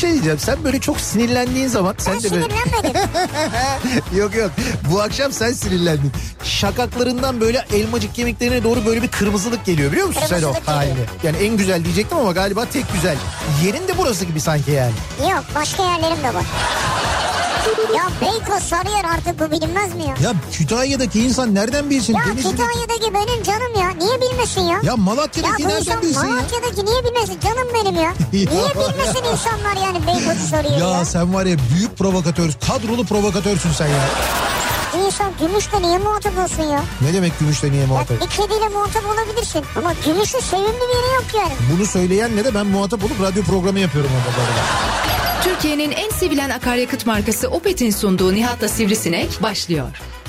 şey diyeceğim. Sen böyle çok sinirlendiğin zaman... Ben sinirlenmedim. Yok. Bu akşam sen sinirlendin. Şakaklarından böyle elmacık kemiklerine doğru böyle bir kırmızılık geliyor biliyor musun sen o haline? Yani en güzel diyecektim ama galiba tek güzel. Yerin de burası gibi sanki yani. Yok, başka yerlerim de var. Ya Beykoz, Sarıyer, artık bu bilinmez mi ya? Ya Kütahya'daki insan nereden bilsin? Ya Kütahya'daki benim canım ya. Niye bilmesin ya? Ya Malatya'daki nereden bilsin ya? Malatya'daki niye bilmesin? Canım benim ya. Niye bilmesin insanlar yani Beykoz'u, Sarıyer'i ya? Ya sen var ya büyük provokatör, kadrolu provokatörsün sen ya. İnsan gümüşle niye muhatap olsun ya? Ne demek gümüşle niye muhatap? Bir kediyle muhatap olabilirsin. Ama gümüşün sevimli bir yeri yok yani. Bunu söyleyen ne de ben muhatap olup radyo programı yapıyorum orada. Türkiye'nin en sevilen akaryakıt markası Opet'in sunduğu Nihat'la Sivrisinek başlıyor.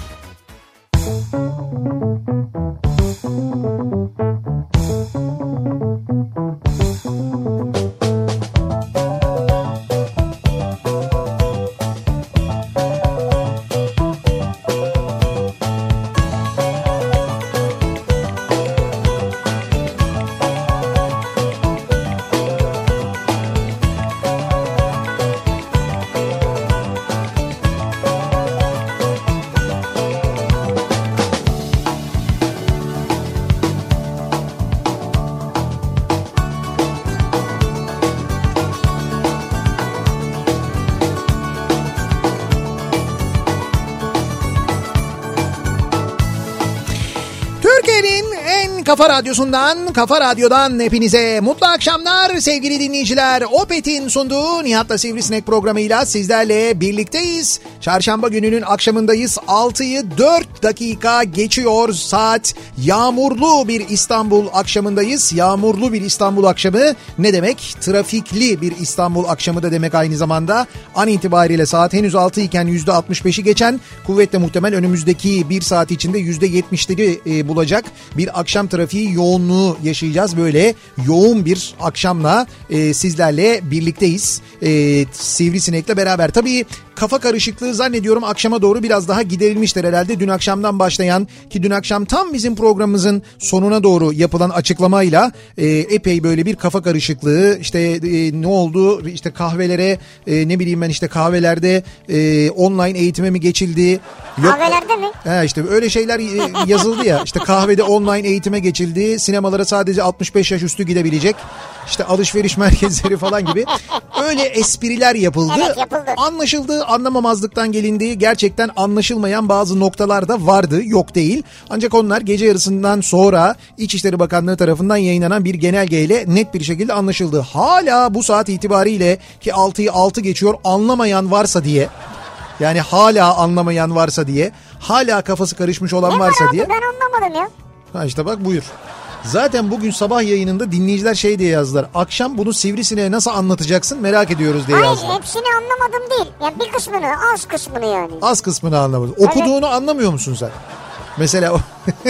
Kafa Radyosu'ndan, Kafa Radyo'dan hepinize mutlu akşamlar sevgili dinleyiciler. Opet'in sunduğu Nihat'la Sivrisinek programıyla sizlerle birlikteyiz. Çarşamba gününün akşamındayız. 6'yı 4 dakika geçiyor saat. Yağmurlu bir İstanbul akşamındayız. Yağmurlu bir İstanbul akşamı ne demek? Trafikli bir İstanbul akşamı da demek aynı zamanda. An itibariyle saat henüz 6 iken %65'i geçen, kuvvetle muhtemel önümüzdeki bir saat içinde %70'leri bulacak bir akşam trafiği yoğunluğu yaşayacağız. Böyle yoğun bir akşamla sizlerle birlikteyiz. Sivrisinek'le beraber. Tabii kafa karışıklığı zannediyorum akşama doğru biraz daha giderilmiştir herhalde. Dün akşamdan başlayan, ki dün akşam tam bizim programımızın sonuna doğru yapılan açıklamayla epey böyle bir kafa karışıklığı, işte ne oldu, işte kahvelere ne bileyim ben, işte kahvelerde online eğitime mi geçildi? Kahvelerde mi? İşte öyle şeyler yazıldı ya, işte kahvede online eğitime geçildi, sinemalara sadece 65 yaş üstü gidebilecek, işte alışveriş merkezleri falan gibi öyle espriler yapıldı. Evet, yapıldı. Anlaşıldı, anlamamazlıktan gelindiği, gerçekten anlaşılmayan bazı noktalar da vardı, yok değil. Ancak onlar gece yarısından sonra İçişleri Bakanlığı tarafından yayınlanan bir genelgeyle net bir şekilde anlaşıldı. Hala bu saat itibariyle, ki 6'yı 6 geçiyor, anlamayan varsa diye, yani hala anlamayan varsa diye, hala kafası karışmış olan varsa diye. Ben anlamadım ya. Ha işte bak, buyur. Zaten bugün sabah yayınında dinleyiciler şey diye yazdılar. Akşam bunu Sivrisineğe nasıl anlatacaksın merak ediyoruz diye yazdılar. Hayır, hepsini anlamadım değil. Yani bir kısmını, az kısmını yani. Az kısmını anlamadım. Okuduğunu anlamıyor musun sen? Mesela o...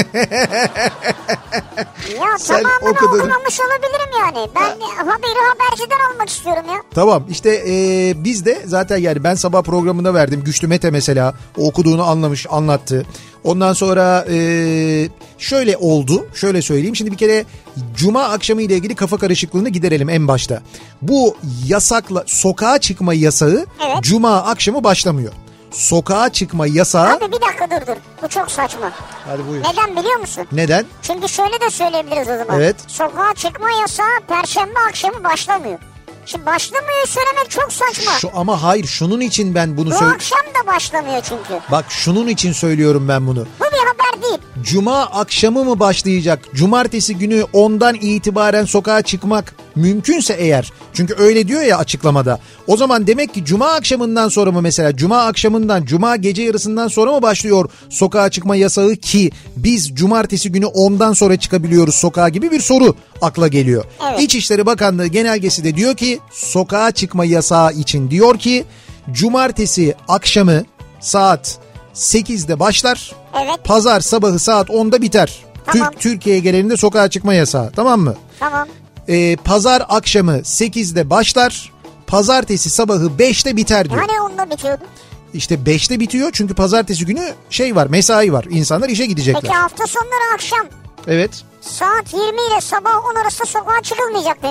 Ya tamamını okumamış olabilirim yani. Ben haberi haberciden almak istiyorum ya. Tamam işte biz de zaten, yani ben sabah programında verdim. Güçlü Mete mesela okuduğunu anlamış, anlattı. Ondan sonra şöyle oldu, şöyle söyleyeyim. Şimdi bir kere Cuma akşamı ile ilgili kafa karışıklığını giderelim en başta. Bu yasakla, sokağa çıkma yasağı evet, Cuma akşamı başlamıyor. Sokağa çıkma yasağı... Abi bir dakika dur. Bu çok saçma. Hadi buyur. Neden biliyor musun? Neden? Çünkü şöyle de söyleyebiliriz o zaman. Evet. Sokağa çıkma yasağı Perşembe akşamı başlamıyor. Şimdi başlamıyor söylemek çok saçma. Ama hayır, şunun için ben bunu Bu akşam da başlamıyor çünkü. Bak şunun için söylüyorum ben bunu. Bu bir haber değil. Cuma akşamı mı başlayacak? Cumartesi günü 10'dan itibaren sokağa çıkmak mümkünse eğer. Çünkü öyle diyor ya açıklamada. O zaman demek ki Cuma akşamından sonra mı, mesela Cuma akşamından, Cuma gece yarısından sonra mı başlıyor sokağa çıkma yasağı ki biz Cumartesi günü 10'dan sonra çıkabiliyoruz sokağa gibi bir soru akla geliyor. Evet. İçişleri Bakanlığı genelgesi de diyor ki sokağa çıkma yasağı için diyor ki Cumartesi akşamı saat 8'de başlar. Evet. Pazar sabahı saat 10'da biter. Tamam. Türkiye genelinde sokağa çıkma yasağı, tamam mı? Tamam. Pazar akşamı 8'de başlar. Pazartesi sabahı 5'te biter diyor. Hani 10'da bitiyordu? İşte 5'te bitiyor çünkü pazartesi günü şey var, mesai var. İnsanlar işe gidecekler. Peki hafta sonları akşam? Evet. Saat 20 ile sabah 10 arasında sokağa çıkılmayacak deniyor.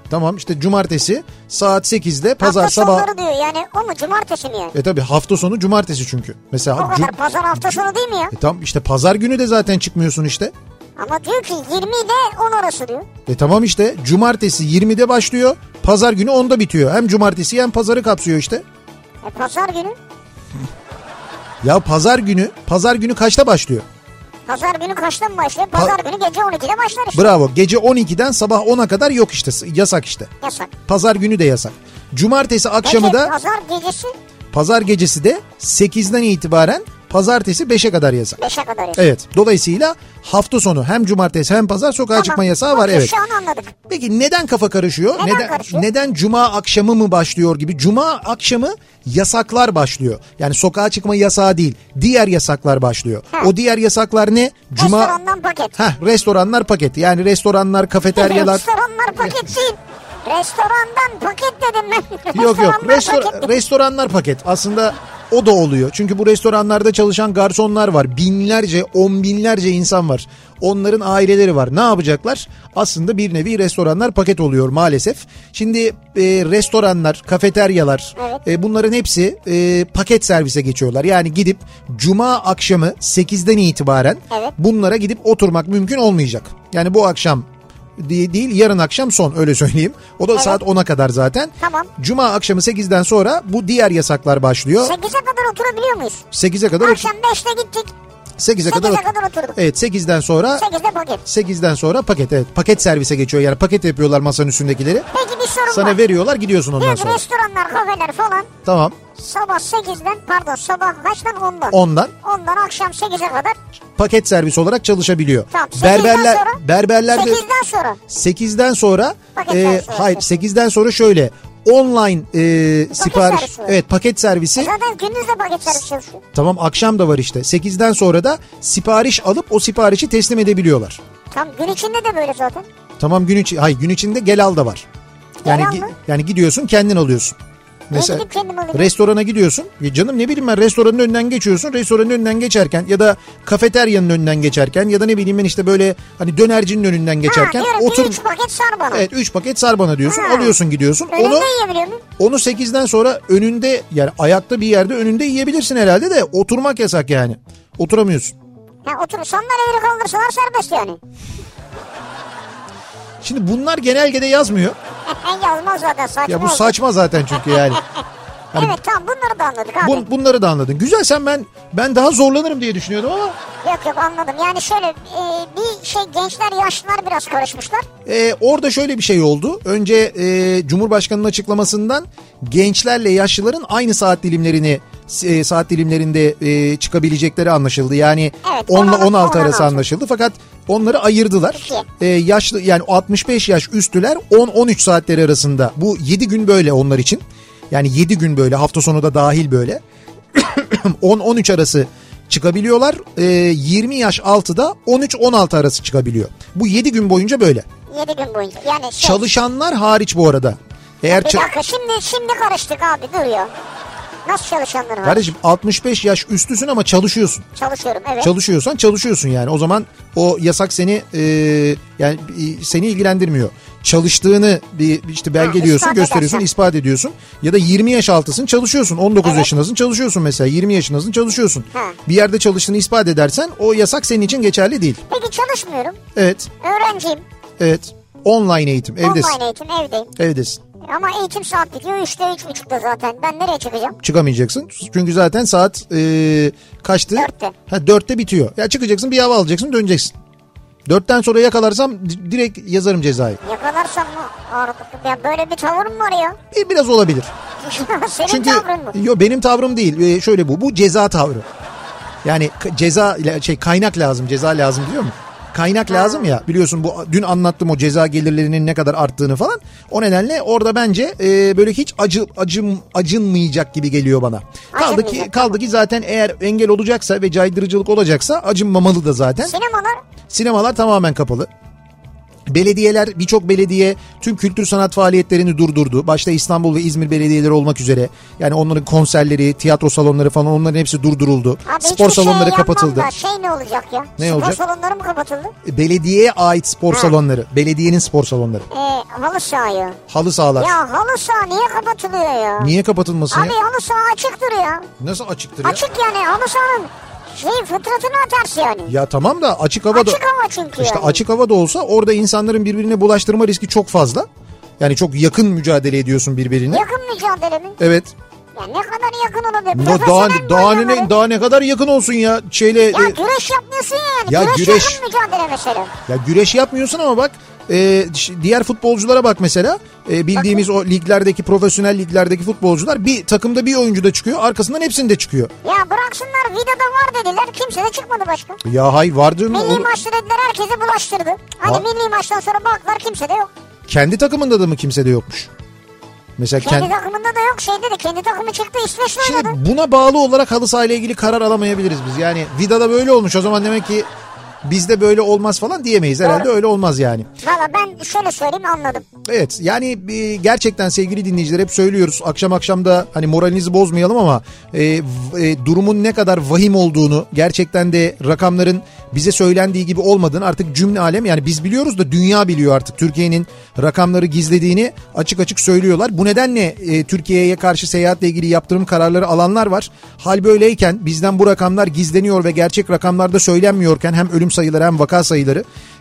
Tamam işte cumartesi saat 8'de pazar hafta sabah. sonları diyor yani, o mu cumartesi mi yani? Tabii hafta sonu cumartesi çünkü. Mesela O kadar pazar hafta sonu değil mi ya? Tamam işte pazar günü de zaten çıkmıyorsun işte. Ama diyor ki 20'de 10 arası diyor. Tamam işte cumartesi 20'de başlıyor, pazar günü 10'da bitiyor. Hem cumartesi hem pazarı kapsıyor işte. Pazar günü? Ya pazar günü kaçta başlıyor? Pazar günü kaçta mı başlıyor? Pazar günü gece 12'de başlar işte. Bravo, gece 12'den sabah 10'a kadar yok işte, yasak işte. Yasak. Pazar günü de yasak. Cumartesi akşamı da pazar gecesi de 8'den itibaren pazartesi 5'e kadar yasak. 5'e kadar yasak. Evet, dolayısıyla hafta sonu hem cumartesi hem pazar sokağa çıkma yasağı var. Evet. Şu an anladık. Peki neden kafa karışıyor? Karışıyor? Neden cuma akşamı mı başlıyor gibi? Cuma akşamı yasaklar başlıyor. Yani sokağa çıkma yasağı değil, diğer yasaklar başlıyor. O diğer yasaklar ne? Restorandan paket. Restoranlar paket. Yani restoranlar, kafeteryalar. Restoranlar paket değil. Restorandan paket dedim ben. Yok restoranlar paket. Aslında o da oluyor. Çünkü bu restoranlarda çalışan garsonlar var. Binlerce, on binlerce insan var. Onların aileleri var. Ne yapacaklar? Aslında bir nevi restoranlar paket oluyor maalesef. Şimdi restoranlar, kafeteryalar, bunların hepsi paket servise geçiyorlar. Yani gidip cuma akşamı 8'den itibaren bunlara gidip oturmak mümkün olmayacak. Yani bu akşam değil, yarın akşam son, öyle söyleyeyim. O da saat 10'a kadar zaten. Tamam. Cuma akşamı 8'den sonra bu diğer yasaklar başlıyor. 8'e kadar oturabiliyor muyuz? 8'e kadar. Akşam 5'te gittik. 8'e kadar oturduk. Evet, 8'den sonra. 8'de paket. 8'den sonra paket, evet. Paket servise geçiyor. Yani paket yapıyorlar masanın üstündekileri. Peki bir sorun Sana var. veriyorlar, gidiyorsun ondan diyor sonra. Restoranlar, kafeler falan. Tamam. Sabah kaçtan? 10'dan. 10'dan akşam 8'e kadar. Paket servis olarak çalışabiliyor. Tamam. 8'den sonra. Hayır, 8'den sonra şöyle. Online sipariş. Servisi. Evet, paket servisi. Zaten gündüz de paket servisi çalışıyor. Tamam, akşam da var işte. 8'den sonra da sipariş alıp o siparişi teslim edebiliyorlar. Tam gün içinde de böyle zaten. Tamam, gün içinde gel al da var. Yani gidiyorsun, kendin alıyorsun. Mesela restorana gidiyorsun. Canım ne bileyim ben, restoranın önünden geçiyorsun. Restoranın önünden geçerken ya da kafeteryanın önünden geçerken ya da ne bileyim ben işte böyle hani dönercinin önünden geçerken otur. 3 paket sar bana. Evet, 3 paket sar bana diyorsun. Alıyorsun, gidiyorsun. Önünde yiyebiliyor muyum? Onu 8'den sonra önünde, yani ayakta bir yerde önünde yiyebilirsin herhalde de oturmak yasak yani. Oturamıyorsun. Otur, sandalyeleri kaldırsalar serbest yani. Şimdi bunlar genelgede yazmıyor. Yazmaz zaten, saçma. Ya bu saçma zaten çünkü yani. Hani, evet tamam, bunları da anladık abi. Bunları da anladın. Güzel, sen ben daha zorlanırım diye düşünüyordum ama. Yok anladım. Yani şöyle bir şey, gençler yaşlılar biraz karışmışlar. Orada şöyle bir şey oldu. Önce Cumhurbaşkanı'nın açıklamasından gençlerle yaşlıların aynı saat dilimlerinde çıkabilecekleri anlaşıldı. Yani 10 ile 16 arası anlaşıldı. Fakat onları ayırdılar. Yaşlı, yani 65 yaş üstüler 10-13 saatleri arasında. Bu 7 gün böyle onlar için. Yani 7 gün böyle, hafta sonu da dahil böyle. 10-13 arası çıkabiliyorlar. 20 yaş altı da 13-16 arası çıkabiliyor. Bu 7 gün boyunca böyle. 7 gün boyunca. Yani çalışanlar hariç bu arada. Bir dakika, şimdi karıştık abi, dur ya. Nasıl çalışanlar var? Kardeşim 65 yaş üstüsün ama çalışıyorsun. Çalışıyorum, evet. Çalışıyorsan çalışıyorsun yani. O zaman o yasak seni seni ilgilendirmiyor. Çalıştığını işte belgeliyorsun, gösteriyorsun, ispat ediyorsun. Ya da 20 yaş altısın, çalışıyorsun. 19 yaşındasın, çalışıyorsun mesela. 20 yaşındasın, çalışıyorsun. Bir yerde çalıştığını ispat edersen o yasak senin için geçerli değil. Peki çalışmıyorum. Evet. Öğrenciyim. Evet. Online eğitim, evdesin. Online eğitim, evdeyim. Evdesin. Ama eğitim saat bitiyor 3'te 3.30'da zaten. Ben nereye çıkacağım? Çıkamayacaksın. Çünkü zaten saat kaçtı? 4'te. 4'te bitiyor. Ya çıkacaksın, bir hava alacaksın, döneceksin. 4'ten sonra yakalarsam direkt yazarım cezayı. Yakalarsam mı? Ya böyle bir tavır mı var ya? Biraz olabilir. Senin tavrın mı? Yok, benim tavrım değil. Şöyle bu ceza tavrı. Yani kaynak lazım, ceza lazım diyor mu? Kaynak lazım ya, biliyorsun bu dün anlattım o ceza gelirlerinin ne kadar arttığını falan. O nedenle orada bence böyle hiç acınmayacak gibi geliyor bana. Kaldı ki zaten eğer engel olacaksa ve caydırıcılık olacaksa acınmamalı da zaten. Sinemalar tamamen kapalı. Belediyeler, birçok belediye tüm kültür sanat faaliyetlerini durdurdu. Başta İstanbul ve İzmir belediyeleri olmak üzere. Yani onların konserleri, tiyatro salonları falan, onların hepsi durduruldu. Abi spor salonları kapatıldı. Ne olacak ya? Ne spor olacak? Salonları mı kapatıldı? Belediyeye ait spor salonları. Belediyenin spor salonları. Halı sahayı. Halı sahalar. Ya halı saha niye kapatılıyor ya? Niye kapatılmasın Abi ya? halı saha açıktır ya. Nasıl açıktır ya? Açık yani, halı sahanın fıtratını atarsın yani. Ya tamam da açık havada. Açık hava çünkü İşte yani. açık havada olsa orada insanların birbirine bulaştırma riski çok fazla. Yani çok yakın mücadele ediyorsun birbirine. Yakın mücadele mi? Evet. Ya ne kadar yakın olabilir? Daha ne kadar yakın olsun ya şeyle. Ya güreş yapmıyorsun yani. Ya güreş yakın mücadele mesela. Ya güreş yapmıyorsun ama bak diğer futbolculara bak mesela. Bildiğimiz o liglerdeki, profesyonel liglerdeki futbolcular bir takımda bir oyuncu da çıkıyor, arkasından hepsinde çıkıyor. Ya bıraksınlar, Vida'da var dediler, kimse de çıkmadı başka. Ya hayır, vardır mı? Milli maçta dediler, herkese bulaştırdı. Hani milli maçtan sonra baktılar, kimse de yok. Kendi takımında da mı kimse de yokmuş? Mesela kendi takımında da yok, şeyde de kendi takımı çıktı, İsveç'le oynadı. Şimdi buna bağlı olarak halı sahayla ilgili karar alamayabiliriz biz. Yani Vida'da böyle olmuş, o zaman demek ki bizde böyle olmaz falan diyemeyiz. Herhalde doğru. Öyle olmaz yani. Valla ben şöyle söyleyeyim, anladım. Evet, yani gerçekten sevgili dinleyiciler, hep söylüyoruz. Akşam da hani moralinizi bozmayalım ama durumun ne kadar vahim olduğunu, gerçekten de rakamların bize söylendiği gibi olmadığını artık cümle alem, yani biz biliyoruz da dünya biliyor artık. Türkiye'nin rakamları gizlediğini açık açık söylüyorlar. Bu nedenle Türkiye'ye karşı seyahatle ilgili yaptırım kararları alanlar var. Hal böyleyken, bizden bu rakamlar gizleniyor ve gerçek rakamlarda söylenmiyorken, hem ölüm sayıları hem vaka sayıları,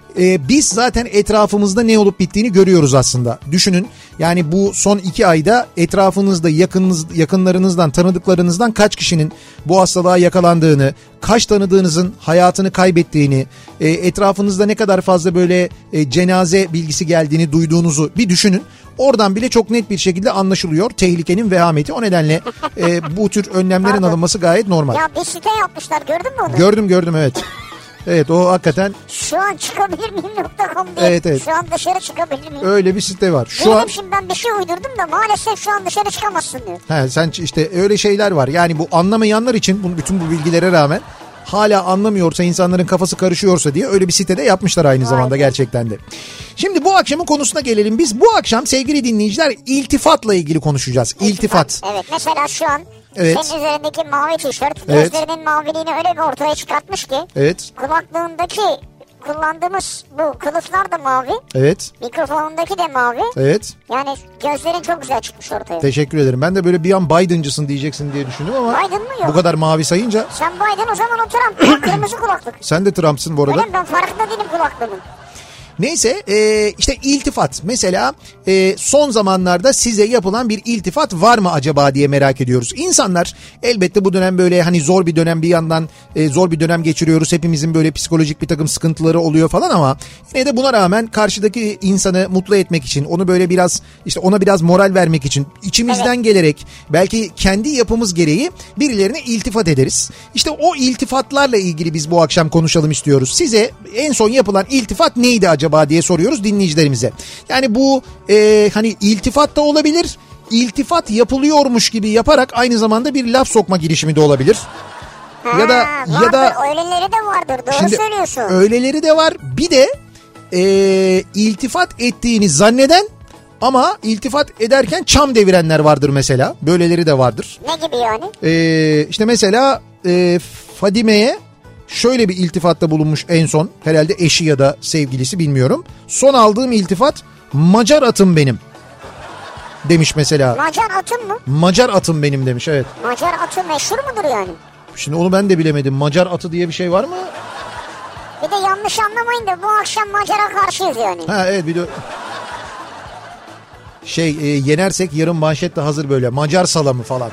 biz zaten etrafımızda ne olup bittiğini görüyoruz aslında. Düşünün, yani bu son 2 ayda etrafınızda, yakınlarınızdan, tanıdıklarınızdan kaç kişinin bu hastalığa yakalandığını, kaç tanıdığınızın hayatını kaybettiğini, etrafınızda ne kadar fazla böyle cenaze bilgisi geldiğini duyduğunuzu bir düşünün. Oradan bile çok net bir şekilde anlaşılıyor tehlikenin vehameti. O nedenle bu tür önlemlerin alınması gayet normal. Ya bir site yapmışlar, gördün mü onu? Gördüm evet. Evet, o hakikaten. Şu an çıkabilir miyim.com diye. Evet. Şu an dışarı çıkabilir miyim? Öyle bir site var. Şimdi ben bir şey uydurdum da maalesef şu an dışarı çıkamazsın diyor. Sen işte öyle şeyler var. Yani bu anlamayanlar için, bütün bu bilgilere rağmen hala anlamıyorsa, insanların kafası karışıyorsa diye öyle bir sitede yapmışlar aynı zamanda gerçekten de. Şimdi bu akşamın konusuna gelelim. Biz bu akşam sevgili dinleyiciler iltifatla ilgili konuşacağız. İltifat. Evet, mesela şu an senin üzerindeki mavi tişört gözlerinin maviliğini öyle bir ortaya çıkartmış ki. Evet. Kulaklığındaki kullandığımız bu kılıflar da mavi. Evet. Mikrofonundaki de mavi. Evet. Yani gözlerin çok güzel çıkmış ortaya. Teşekkür ederim. Ben de böyle bir an Biden'cısın diyeceksin diye düşündüm ama. Biden mı yok? Bu kadar mavi sayınca. Sen Biden, o zaman o Trump. Kırmızı kulaklık. Sen de Trump'sın bu arada. Öyle mi? Ben farkında değilim kulaklığımın. Neyse işte iltifat mesela son zamanlarda size yapılan bir iltifat var mı acaba diye merak ediyoruz. İnsanlar elbette bu dönem böyle hani zor bir dönem, bir yandan zor bir dönem geçiriyoruz. Hepimizin böyle psikolojik bir takım sıkıntıları oluyor falan ama yine de buna rağmen karşıdaki insanı mutlu etmek için, onu böyle biraz işte ona biraz moral vermek için içimizden gelerek belki kendi yapımız gereği birilerine iltifat ederiz. İşte o iltifatlarla ilgili biz bu akşam konuşalım istiyoruz. Size en son yapılan iltifat neydi acaba diye soruyoruz dinleyicilerimize. Yani bu hani iltifat da olabilir, iltifat yapılıyormuş gibi yaparak aynı zamanda bir laf sokma girişimi de olabilir. Ya da öyleleri de vardır, doğru söylüyorsun. Öyleleri de var. Bir de iltifat ettiğini zanneden ama iltifat ederken çam devirenler vardır mesela. Böyleleri de vardır. Ne gibi yani? İşte mesela Fadime'ye şöyle bir iltifatta bulunmuş en son, herhalde eşi ya da sevgilisi, bilmiyorum. Son aldığım iltifat Macar atım benim demiş mesela. Macar atım mı? Macar atım benim demiş, evet. Macar atı meşhur mudur yani? Şimdi onu ben de bilemedim. Macar atı diye bir şey var mı? Bir de yanlış anlamayın da bu akşam Macar'a karşıyız yani. Ha evet, bir de yenersek yarın manşet de hazır böyle Macar salamı falan.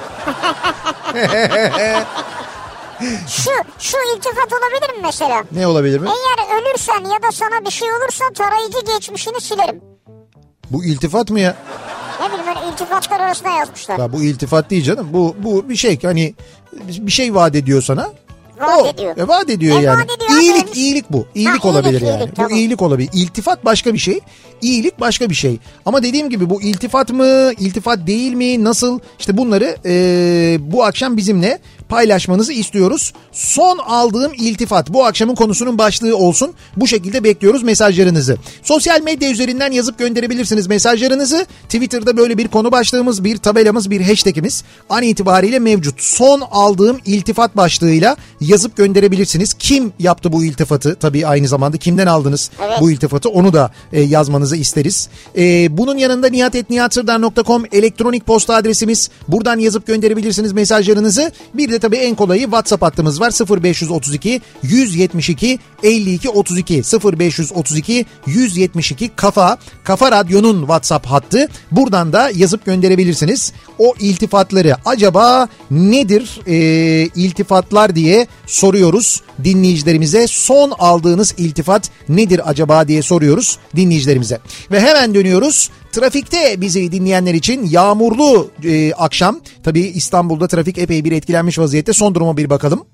Şu iltifat olabilir mi mesela? Ne olabilir mi? Eğer ölürsen ya da sana bir şey olursa tarayıcı geçmişini silerim. Bu iltifat mı ya? Ne bileyim, öyle iltifatlar arasında yazmışlar. Ya bu iltifat değil canım. Bu bir şey, hani bir şey vaat ediyor sana. Vaat ediyor. Vaat ediyor yani. Vaat ediyor İyilik bu. İyilik olabilir yani. İyilik, tamam. Bu iyilik olabilir. İltifat başka bir şey. İyilik başka bir şey. Ama dediğim gibi bu iltifat mı, iltifat değil mi, nasıl? İşte bunları bu akşam bizimle paylaşmanızı istiyoruz. Son aldığım iltifat bu akşamın konusunun başlığı olsun. Bu şekilde bekliyoruz mesajlarınızı. Sosyal medya üzerinden yazıp gönderebilirsiniz mesajlarınızı. Twitter'da böyle bir konu başlığımız, bir tabelamız, bir hashtagimiz an itibariyle mevcut. Son aldığım iltifat başlığıyla yazıp gönderebilirsiniz. Kim yaptı bu iltifatı? Tabii aynı zamanda kimden aldınız bu iltifatı? Onu da yazmanızı isteriz. Bunun yanında nihatetnihatsırdar.com elektronik posta adresimiz. Buradan yazıp gönderebilirsiniz mesajlarınızı. Bir de tabii en kolayı WhatsApp hattımız var. 0532 172 52 32 0532 172 Kafa Radyo'nun WhatsApp hattı. Buradan da yazıp gönderebilirsiniz. O iltifatları acaba nedir iltifatlar diye soruyoruz dinleyicilerimize. Son aldığınız iltifat nedir acaba diye soruyoruz dinleyicilerimize. Ve hemen dönüyoruz. Trafikte bizi dinleyenler için yağmurlu akşam. Tabii İstanbul'da trafik epey bir etkilenmiş vaziyette. Son duruma bir bakalım.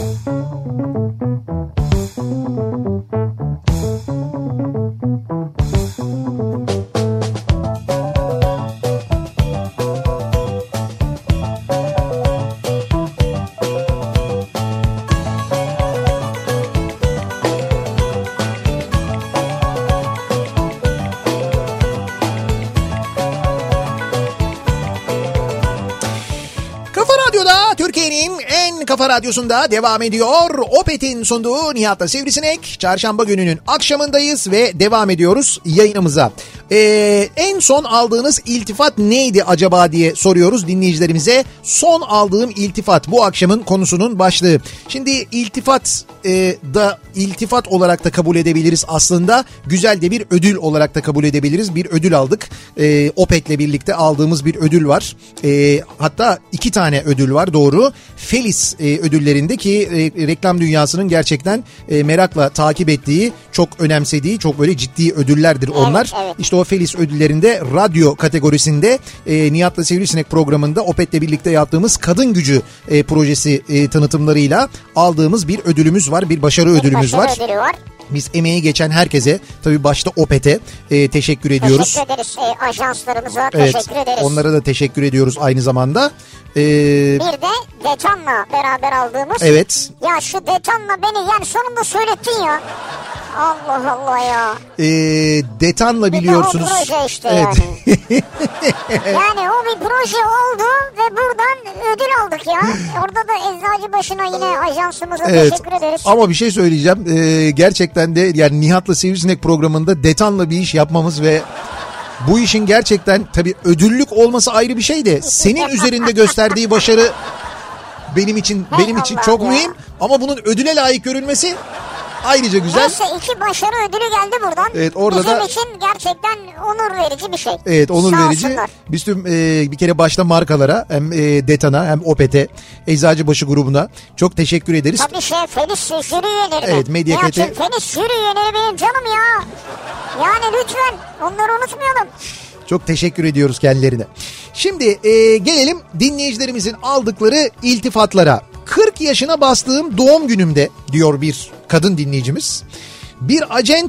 Kafa Radyosu'nda devam ediyor. Opet'in sunduğu Nihat'la Sivrisinek. Çarşamba gününün akşamındayız ve devam ediyoruz yayınımıza. En son aldığınız iltifat neydi acaba diye soruyoruz dinleyicilerimize. Son aldığım iltifat bu akşamın konusunun başlığı. Şimdi iltifat da iltifat olarak da kabul edebiliriz aslında. Güzel de bir ödül olarak da kabul edebiliriz. Bir ödül aldık. Opet'le birlikte aldığımız bir ödül var. Hatta 2 tane ödül var, doğru. Felis ödüllerinde ki reklam dünyasının gerçekten merakla takip ettiği, çok önemsediği, çok böyle ciddi ödüllerdir onlar. Evet. İşte o Felis ödüllerinde radyo kategorisinde Nihat'la Sivrisinek programında Opet'le birlikte yaptığımız Kadın Gücü projesi tanıtımlarıyla aldığımız bir ödülümüz var. Bir başarı ödülümüz var. Biz emeği geçen herkese, tabii başta Opet'e teşekkür ediyoruz. Teşekkür ederiz. Ajanslarımıza teşekkür ederiz. Onlara da teşekkür ediyoruz aynı zamanda. Bir de Detan'la beraber aldığımız. Evet. Ya şu Detan'la beni yani sonunda söylettin ya. Allah Allah ya. Detan'la biliyorsunuz. Bir de o proje işte evet. Yani. Yani o bir proje oldu ve buradan ödül aldık ya. Orada da Eczacıbaşı'na yine ajansımıza teşekkür ederiz. Ama bir şey söyleyeceğim. Gerçekten de yani Nihat'la Sivrisinek programında Detan'la bir iş yapmamız ve bu işin gerçekten tabii ödüllük olması ayrı bir şey de senin üzerinde gösterdiği başarı benim için çok mühim ama bunun ödüle layık görülmesi ayrıca güzel. Neyse 2 başarı ödülü geldi buradan. Evet, orada bizim da için gerçekten onur verici bir şey. Evet, onur verici. Biz tüm bir kere başta markalara hem Detan'a hem Opet'e, Eczacıbaşı grubuna çok teşekkür ederiz. Tabii Felis jüri üyeleri. Evet, Medyaket'e. Felis jüri üyeleri benim canım ya. Yani lütfen onları unutmayalım. Çok teşekkür ediyoruz kendilerine. Şimdi gelelim dinleyicilerimizin aldıkları iltifatlara. 40 yaşına bastığım doğum günümde diyor bir kadın dinleyicimiz. Bir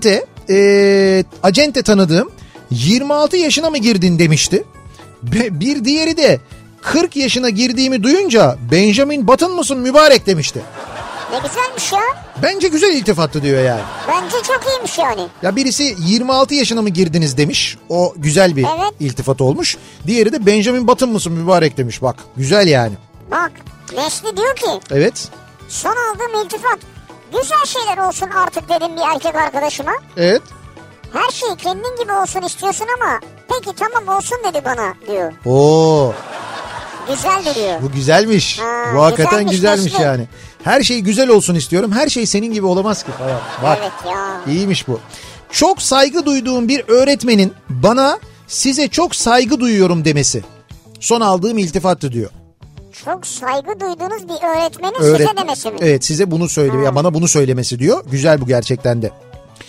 acente tanıdığım 26 yaşına mı girdin demişti. Bir diğeri de 40 yaşına girdiğimi duyunca Benjamin Button mısın mübarek demişti. Ne güzelmiş ya. Bence güzel iltifattı diyor yani. Bence çok iyiymiş yani. Ya birisi 26 yaşına mı girdiniz demiş. O güzel bir iltifat olmuş. Diğeri de Benjamin Button mısın mübarek demiş. Bak güzel yani. Bak Nesli diyor ki. Evet. Son aldığım iltifat. Güzel şeyler olsun artık dedim bir erkek arkadaşıma. Evet. Her şey kendin gibi olsun istiyorsun ama peki tamam olsun dedi bana diyor. Oo. Güzel diyor. Bu güzelmiş. Bu hakikaten güzelmiş Nesli. yani. Her şey güzel olsun istiyorum. Her şey senin gibi olamaz ki falan. Bak. Evet ya. İyiymiş bu. Çok saygı duyduğum bir öğretmenin bana size çok saygı duyuyorum demesi. Son aldığım iltifattı diyor. Çok saygı duyduğunuz bir öğretmenin size demesi mi? Evet, size bunu söylüyor. Ya bana bunu söylemesi diyor. Güzel bu gerçekten de.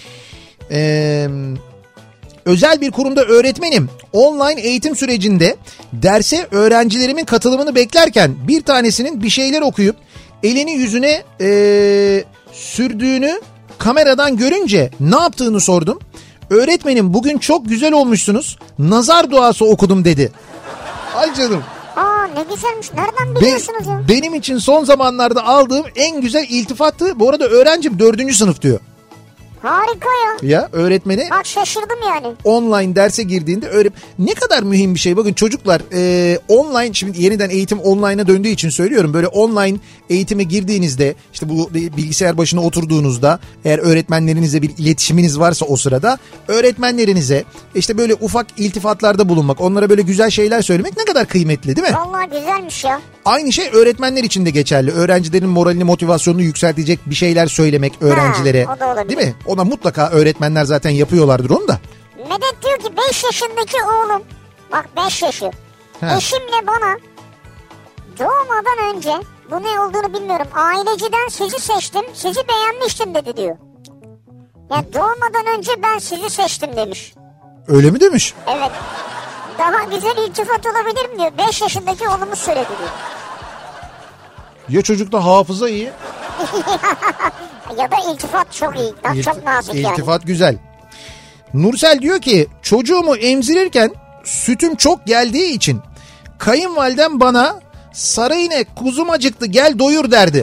Özel bir kurumda öğretmenim. Online eğitim sürecinde derse öğrencilerimin katılımını beklerken bir tanesinin bir şeyler okuyup elini yüzüne sürdüğünü kameradan görünce ne yaptığını sordum. Öğretmenim bugün çok güzel olmuşsunuz. Nazar duası okudum dedi. Ay canım. ne güzelmiş. Nereden biliyorsunuz ya? Benim için son zamanlarda aldığım en güzel iltifattı. Bu arada öğrencim 4. sınıf diyor. Harika ya. Ya öğretmeni Bak şaşırdım yani. online derse girdiğinde ne kadar mühim bir şey. Bakın çocuklar online, şimdi yeniden eğitim online'a döndüğü için söylüyorum. Böyle online eğitime girdiğinizde, işte bu bilgisayar başına oturduğunuzda, eğer öğretmenlerinizle bir iletişiminiz varsa o sırada öğretmenlerinize işte böyle ufak iltifatlarda bulunmak, onlara böyle güzel şeyler söylemek ne kadar kıymetli, değil mi? Vallahi güzelmiş ya. Aynı şey öğretmenler için de geçerli. Öğrencilerin moralini, motivasyonunu yükseltecek bir şeyler söylemek öğrencilere. O da olabilir. Değil mi? Ona mutlaka öğretmenler zaten yapıyorlardır onu da. Medet diyor ki 5 yaşındaki oğlum, bak 5 yaşı, eşimle bana doğmadan önce, bu ne olduğunu bilmiyorum, aileciden sizi seçtim, sizi beğenmiştim dedi diyor. Ya doğmadan önce ben sizi seçtim demiş. Öyle mi demiş? Evet. Daha güzel iltifat olabilir mi diyor. 5 yaşındaki oğlumuz söyledi diyor. Ya çocukta hafıza iyi. Ya da iltifat çok iyi. Çok nazik yani. İltifat güzel. Nursel diyor ki çocuğumu emzirirken sütüm çok geldiği için kayınvalidem bana sarı inek kuzum acıktı gel doyur derdi.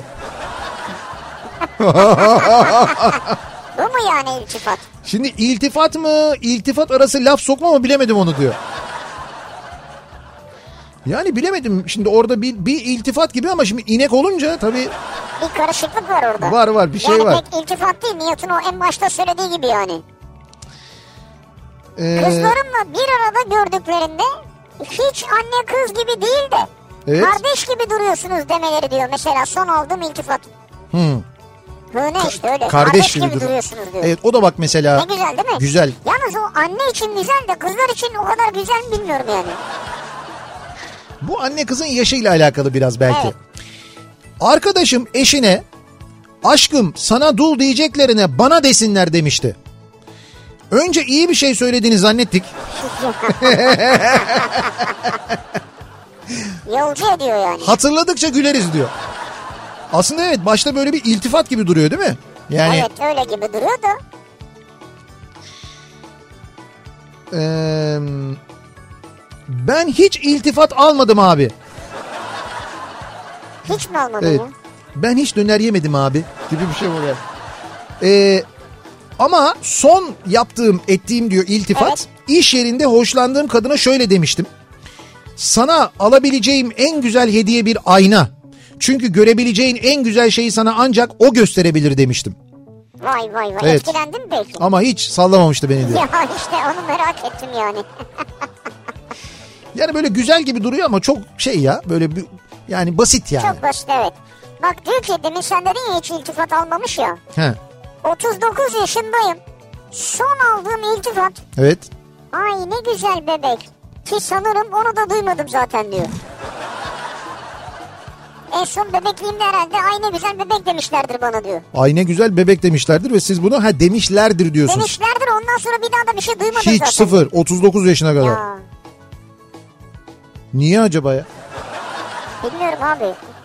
Bu mu yani iltifat? Şimdi iltifat mı, iltifat arası laf sokma mı bilemedim onu diyor. Yani bilemedim şimdi orada bir iltifat gibi ama şimdi inek olunca tabii. Bir karışıklık var orada. Var bir şey yani var. Yani pek iltifat değil, Nihat'ın o en başta söylediği gibi yani. Kızlarımla bir arada gördüklerinde hiç anne kız gibi değil de kardeş gibi duruyorsunuz demeleri diyor. Mesela son aldığım iltifat. Ne işte öyle. Kardeş gibi duruyorsunuz diyor. Evet, o da bak mesela. Ne güzel değil mi? Güzel. Yalnız o anne için güzel de kızlar için o kadar güzel mi bilmiyorum yani. Bu anne kızın yaşıyla alakalı biraz belki. Evet. Arkadaşım eşine aşkım sana dul diyeceklerine bana desinler demişti. Önce iyi bir şey söylediğini zannettik. Yolcu ediyor yani. Hatırladıkça güleriz diyor. Aslında evet, başta böyle bir iltifat gibi duruyor değil mi? Yani. Evet, öyle gibi duruyor da. Ben hiç iltifat almadım abi. Hiç mi almadın evet. ya? Ben hiç döner yemedim abi gibi bir şey var. Ama son ettiğim diyor iltifat, iş yerinde hoşlandığım kadına şöyle demiştim. Sana alabileceğim en güzel hediye bir ayna. Çünkü görebileceğin en güzel şeyi sana ancak o gösterebilir demiştim. Vay. Evet. Etkilendin mi peki? Ama hiç sallamamıştı beni diyor. Ya işte onu merak ettim yani. Yani böyle güzel gibi duruyor ama çok şey ya, böyle yani basit yani. Çok basit, evet. Bak diyor ki demin sen dedin ya hiç iltifat almamış ya. He. 39 yaşındayım. Son aldığım iltifat. Evet. Ay ne güzel bebek. Ki sanırım onu da duymadım zaten diyor. En son bebekliğimde herhalde ay ne güzel bebek demişlerdir bana diyor. Ay ne güzel bebek demişlerdir ve siz bunu demişlerdir diyorsunuz. Demişlerdir, ondan sonra bir daha da bir şey duymadım hiç, zaten. Hiç sıfır 39 yaşına kadar. Ya. Niye acaba ya? Bilmiyorum abi.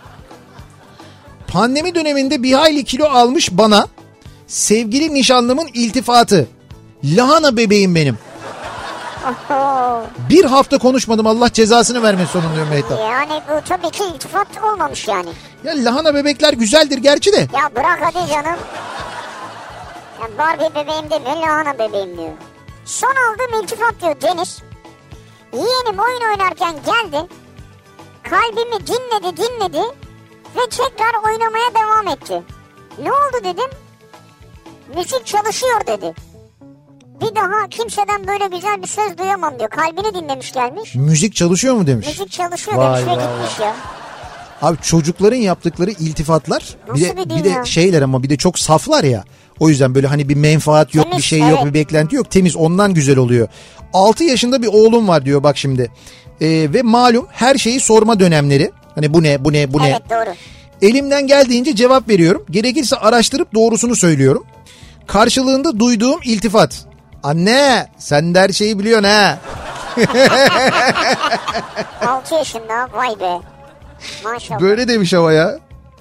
Pandemi döneminde bir hayli kilo almış bana sevgili nişanlımın iltifatı. Lahana bebeğim benim. Oho. Bir hafta konuşmadım, Allah cezasını vermesin sonunda diyor Mehtap. Yani bu tabii ki iltifat olmamış yani. Ya lahana bebekler güzeldir gerçi de. Ya bırak hadi canım. Ya Barbie bebeğim demiyor, lahana bebeğim diyor. Son aldığım iltifat diyor Deniz. Yeğenim oyun oynarken geldi. Kalbimi dinledi ve tekrar oynamaya devam etti. Ne oldu dedim. Müzik çalışıyor dedi. Bir daha kimseden böyle güzel bir söz duyamam diyor. Kalbini dinlemiş gelmiş. Müzik çalışıyor mu demiş. Müzik çalışıyor demiş ve gitmiş ya. Abi çocukların yaptıkları iltifatlar Nasıl bir de şeyler ama bir de çok saflar ya. O yüzden böyle hani bir menfaat yok, temiz, bir şey yok, bir beklenti yok. Temiz, ondan güzel oluyor. 6 yaşında bir oğlum var diyor bak şimdi. Ve malum her şeyi sorma dönemleri. Hani bu ne? Evet, doğru. Elimden geldiğince cevap veriyorum. Gerekirse araştırıp doğrusunu söylüyorum. Karşılığında duyduğum iltifat. Anne sen de her şeyi biliyorsun ha. 6 yaşında, vay be. Maşallah. Böyle demiş ama ya.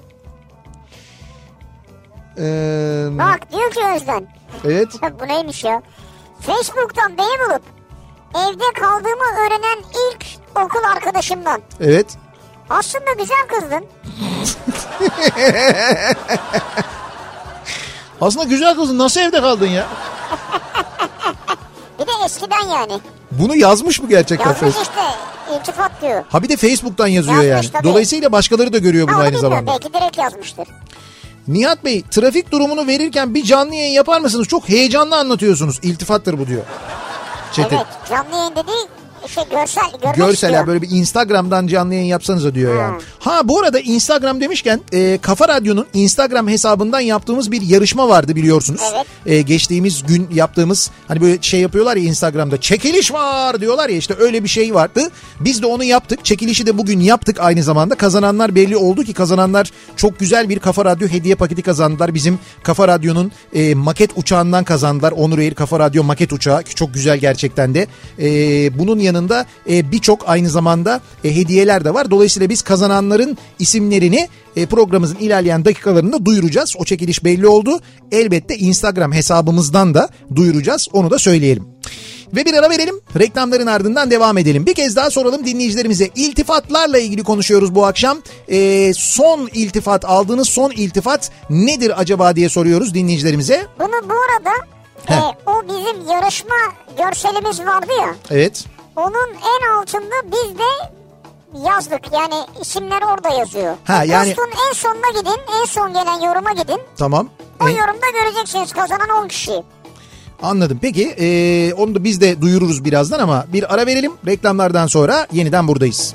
Bak diyor ki Özden. Evet. Bu neymiş ya? Facebook'tan beni bulup evde kaldığımı öğrenen ilk okul arkadaşımdan. Evet. Aslında güzel kızdın. Aslında güzel kızın, nasıl evde kaldın ya? Bir de eskiden yani. Bunu yazmış mı gerçekten? Yazmış işte, iltifat diyor. Ha bir de Facebook'tan yazıyor Yazmış yani. tabii. Dolayısıyla başkaları da görüyor bunu Ha, aynı bilmiyorum, zamanda. belki direkt yazmıştır. Nihat Bey, trafik durumunu verirken bir canlı yayın yapar mısınız? Çok heyecanlı anlatıyorsunuz. İltifattır bu diyor. Çetin. Evet, canlı yayın dediği görsel, görmek Görseler istiyor. böyle bir Instagram'dan canlı yayın yapsanıza diyor yani. Ha bu arada Instagram demişken Kafa Radyo'nun Instagram hesabından yaptığımız bir yarışma vardı biliyorsunuz. Evet. Geçtiğimiz gün yaptığımız, hani böyle şey yapıyorlar ya Instagram'da, çekiliş var diyorlar ya, işte öyle bir şey vardı. Biz de onu yaptık. Çekilişi de bugün yaptık aynı zamanda. Kazananlar belli oldu ki kazananlar çok güzel bir Kafa Radyo hediye paketi kazandılar. Bizim Kafa Radyo'nun maket uçağından kazandılar. Onur Air Kafa Radyo maket uçağı, çok güzel gerçekten de. Bunun yanında birçok aynı zamanda hediyeler de var. Dolayısıyla biz kazananların isimlerini programımızın ilerleyen dakikalarında duyuracağız. O çekiliş belli oldu. Elbette Instagram hesabımızdan da duyuracağız. Onu da söyleyelim. Ve bir ara verelim. Reklamların ardından devam edelim. Bir kez daha soralım dinleyicilerimize. İltifatlarla ilgili konuşuyoruz bu akşam. Son iltifat, aldığınız son iltifat nedir acaba diye soruyoruz dinleyicilerimize. Bunu bu arada o bizim yarışma görselimiz vardı ya. Evet. Onun en altında biz de yazdık. Yani isimler orada yazıyor. Ha, yani... Postun en sonuna gidin. En son gelen yoruma gidin. Tamam. O yorumda göreceksiniz kazanan 10 kişiyi. Anladım. Peki onu da biz de duyururuz birazdan ama bir ara verelim. Reklamlardan sonra yeniden buradayız.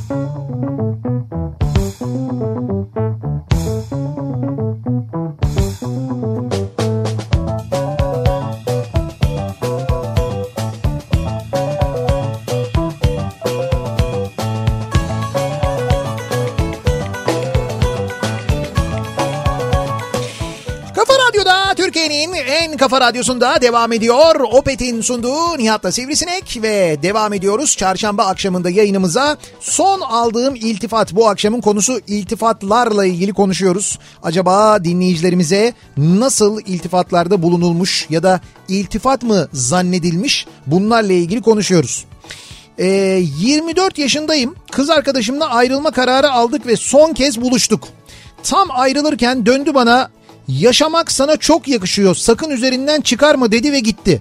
En Kafa Radyosu'nda devam ediyor. Opet'in sunduğu Nihat'la Sivrisinek ve devam ediyoruz. Çarşamba akşamında yayınımıza son aldığım iltifat. Bu akşamın konusu iltifatlarla ilgili konuşuyoruz. Acaba dinleyicilerimize nasıl iltifatlarda bulunulmuş ya da iltifat mı zannedilmiş, bunlarla ilgili konuşuyoruz. 24 yaşındayım. Kız arkadaşımla ayrılma kararı aldık ve son kez buluştuk. Tam ayrılırken döndü bana, yaşamak sana çok yakışıyor, sakın üzerinden çıkarma dedi ve gitti.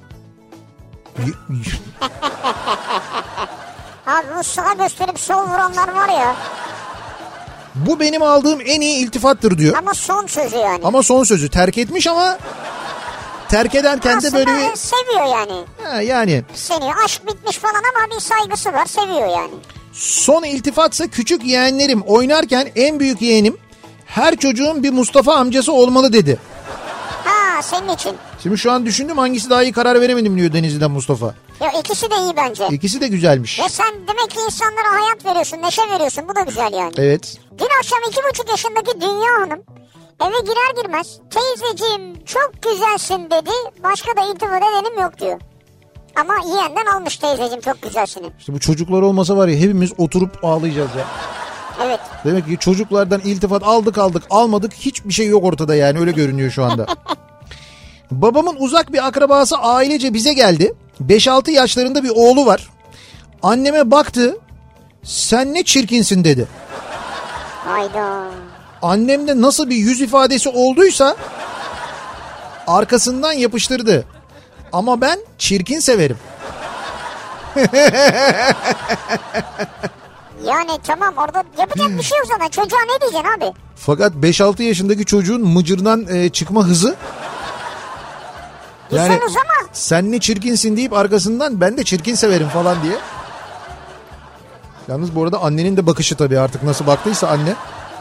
Abi bu sağa gösterip sol vuranlar var ya. Bu benim aldığım en iyi iltifattır diyor. Ama son sözü yani. Ama son sözü terk etmiş ama terk ederken de böyle bir... seviyor yani. Ha, yani. Seni aşk bitmiş falan ama bir saygısı var, seviyor yani. Son iltifatsa küçük yeğenlerim oynarken en büyük yeğenim her çocuğun bir Mustafa amcası olmalı dedi. Ha, senin için. Şimdi şu an düşündüm, hangisi daha iyi karar veremedim diyor Denizli'den Mustafa. Ya ikisi de iyi bence. İkisi de güzelmiş. Ve sen demek ki insanlara hayat veriyorsun, neşe veriyorsun, bu da güzel yani. Evet. Dün akşam 2,5 yaşındaki Dünya Hanım eve girer girmez teyzeciğim çok güzelsin dedi, başka da iltifat edenim yok diyor. Ama yeğenden almış teyzeciğim çok güzelsini. İşte bu çocuklar olmasa var ya, hepimiz oturup ağlayacağız ya. Evet. Demek ki çocuklardan iltifat aldık almadık, hiçbir şey yok ortada yani, öyle görünüyor şu anda. Babamın uzak bir akrabası ailece bize geldi. 5-6 yaşlarında bir oğlu var. Anneme baktı, sen ne çirkinsin dedi. Hayda. Annemde nasıl bir yüz ifadesi olduysa arkasından yapıştırdı. Ama ben çirkin severim. Yani tamam, orada yapacak bir şey yok sana. Çocuğa ne diyeceksin abi? Fakat 5-6 yaşındaki çocuğun mıcırdan çıkma hızı. Yani ama. Sen ne çirkinsin deyip arkasından ben de çirkin severim falan diye. Yalnız bu arada annenin de bakışı tabii, artık nasıl baktıysa anne.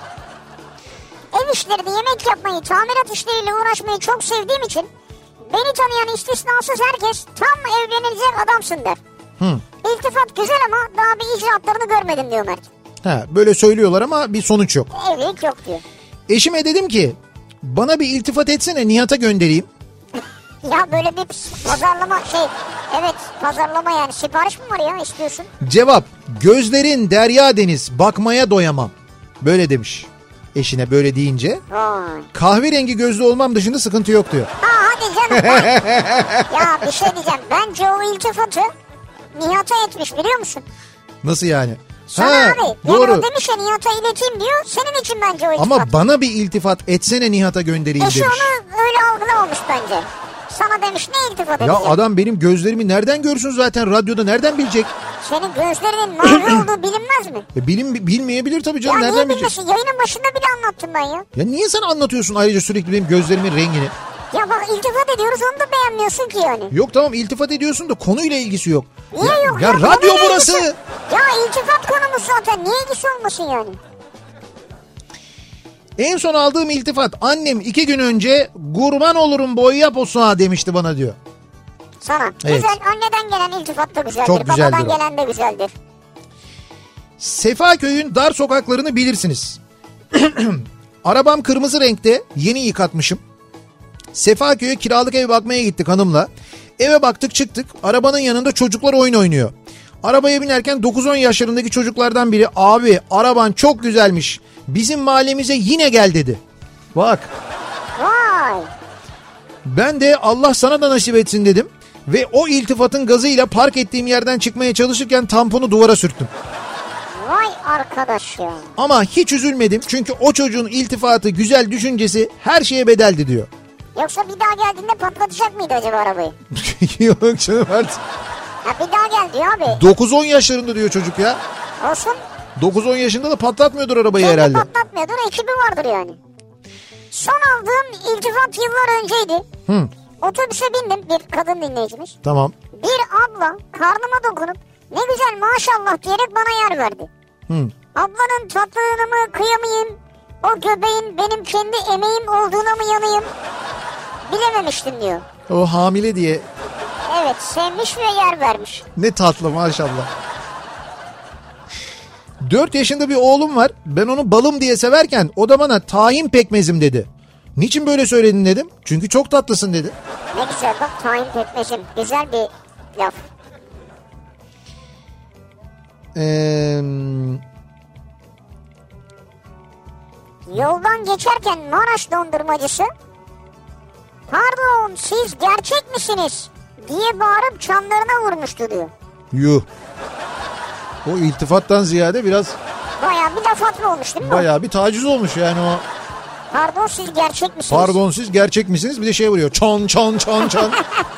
Ev işlerini, yemek yapmayı, tamirat işleriyle uğraşmayı çok sevdiğim için beni tanıyan istisnasız herkes tam evlenilecek adamsın der. İltifat güzel ama daha bir icraatlarını görmedim diyor Mert. Ha, böyle söylüyorlar ama bir sonuç yok. Evlilik yok diyor. Eşime dedim ki bana bir iltifat etsene, Nihat'a göndereyim. Ya böyle bir pazarlama evet pazarlama yani, sipariş mi var ya, istiyorsun? Cevap: gözlerin derya deniz, bakmaya doyamam. Böyle demiş eşine, böyle deyince. Vay. Kahverengi gözlü olmam dışında sıkıntı yok diyor. Hadi canım. Ya bir şey diyeceğim, bence o iltifatı Nihat'a etmiş, biliyor musun? Nasıl yani? Sana abi. Doğru. Yani o demiş ya Nihat'a ileteyim diyor. Senin için bence o iltifat. Ama bana bir iltifat etsene Nihat'a göndereyim demiş. onu öyle algılamamış bence. Sana demiş ne iltifat edecek? Ya adam benim gözlerimi nereden görsün zaten radyoda nereden bilecek? Senin gözlerinin mavi olduğu bilinmez mi? Bilmeyebilir tabii canım, ya nereden niye bilecek? bilmesin? Yayının başında bile anlattım ben ya. Ya niye sen anlatıyorsun ayrıca sürekli benim gözlerimin rengini? Ya bak iltifat ediyoruz onu da beğenmiyorsun ki yani. Yok tamam iltifat ediyorsun da konuyla ilgisi yok. Niye yok? Ya radyo burası. Ya iltifat konumuz zaten niye ilgisi olmasın yani? En son aldığım iltifat annem 2 gün önce kurban olurum boy yap olsun demişti bana diyor. Sana. Evet. Güzel, anneden gelen iltifat da güzeldir. Çok güzeldir Babadan o. gelen de güzeldir. Sefaköy'ün dar sokaklarını bilirsiniz. Arabam kırmızı renkte, yeni yıkatmışım. Sefaköy'e kiralık ev bakmaya gittik hanımla. Eve baktık çıktık, arabanın yanında çocuklar oyun oynuyor. Arabaya binerken 9-10 yaşlarındaki çocuklardan biri abi araban çok güzelmiş, bizim mahallemize yine gel dedi. Bak. Vay. Ben de Allah sana da nasip etsin dedim. Ve o iltifatın gazıyla park ettiğim yerden çıkmaya çalışırken tamponu duvara sürttüm. Vay arkadaş ya. Ama hiç üzülmedim çünkü o çocuğun iltifatı, güzel düşüncesi her şeye bedeldi diyor. Yoksa bir daha geldiğinde patlatacak mıydı acaba arabayı? Yok canım artık. Ya bir daha gel diyor abi. 9-10 yaşlarında diyor çocuk ya. Olsun. 9-10 yaşında da patlatmıyordur arabayı Kendi herhalde. patlatmıyordur, ekibi vardır yani. Son aldığım iltifat yıllar önceydi. Otobüse bindim, bir kadın dinleyicimiz. Tamam. Bir abla karnıma dokunup ne güzel maşallah diyerek bana yer verdi. Ablanın tatlılığına mı kıyamayayım, o göbeğin benim kendi emeğim olduğuna mı yanayım bilememiştim diyor. O hamile diye. Evet, sevmiş ve yer vermiş. Ne tatlı maşallah. 4 yaşında bir oğlum var. Ben onu balım diye severken o da bana tahin pekmezim dedi. Niçin böyle söyledin dedim. Çünkü çok tatlısın dedi. Ne güzel bak, tahin pekmezim. Güzel bir laf. Yoldan geçerken Maraş dondurmacısı "Pardon siz gerçek misiniz?" diye bağırıp çanlarına vurmuştu diyor. Yuh. O iltifattan ziyade biraz... Bayağı bir laf atma olmuş değil mi? Bayağı bir taciz olmuş yani o. Pardon siz gerçek misiniz? Pardon siz gerçek misiniz? Bir de şey vuruyor. Çan çan çan çan.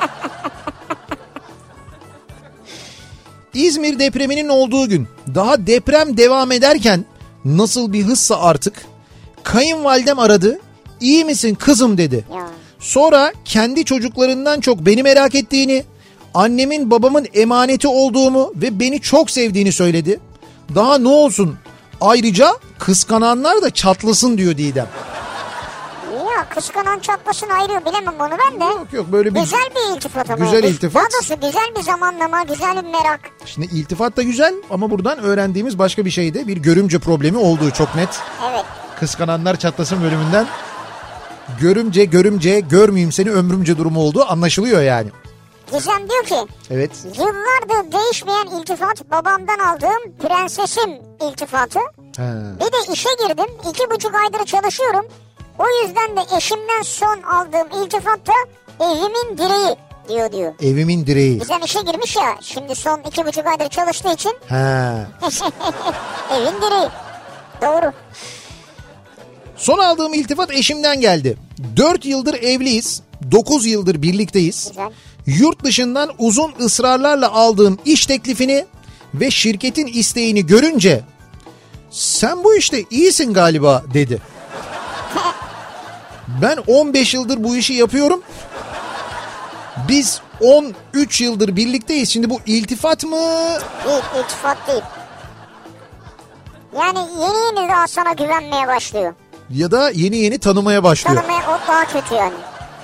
İzmir depreminin olduğu gün, daha deprem devam ederken nasıl bir hızsa artık, kayınvalidem aradı. İyi misin kızım dedi. Ya. Sonra kendi çocuklarından çok beni merak ettiğini, annemin babamın emaneti olduğumu ve beni çok sevdiğini söyledi. Daha ne olsun? Ayrıca kıskananlar da çatlasın diyor Didem. Ya kıskanan çatlasın ayrı, bilemem onu ben de. Yok böyle bir... Güzel bir iltifat ama. Güzel iltifat. Daha doğrusu güzel bir zamanlama, güzel bir merak. Şimdi iltifat da güzel ama buradan öğrendiğimiz başka bir şey de bir görümce problemi olduğu çok net. Evet. Kıskananlar çatlasın bölümünden görümce görmeyeyim seni ömrümce durumu olduğu anlaşılıyor yani. Gizem diyor ki, Evet. yıllardır değişmeyen iltifat babamdan aldığım prensesim iltifatı. He. Bir de işe girdim, 2,5 aydır çalışıyorum. O yüzden de eşimden son aldığım iltifat da evimin direği diyor. Evimin direği. Gizem işe girmiş ya, şimdi son 2,5 aydır çalıştığı için He. evin direği. Doğru. Son aldığım iltifat eşimden geldi. 4 yıldır evliyiz. 9 yıldır birlikteyiz. Güzel. Yurt dışından uzun ısrarlarla aldığım iş teklifini ve şirketin isteğini görünce sen bu işte iyisin galiba dedi. Ben 15 yıldır bu işi yapıyorum. Biz 13 yıldır birlikteyiz. Şimdi bu iltifat mı? Değil, iltifat değil. Yani yeni daha sana güvenmeye başlıyor. Ya da yeni tanımaya başlıyor. Tanımaya, o daha kötü yani.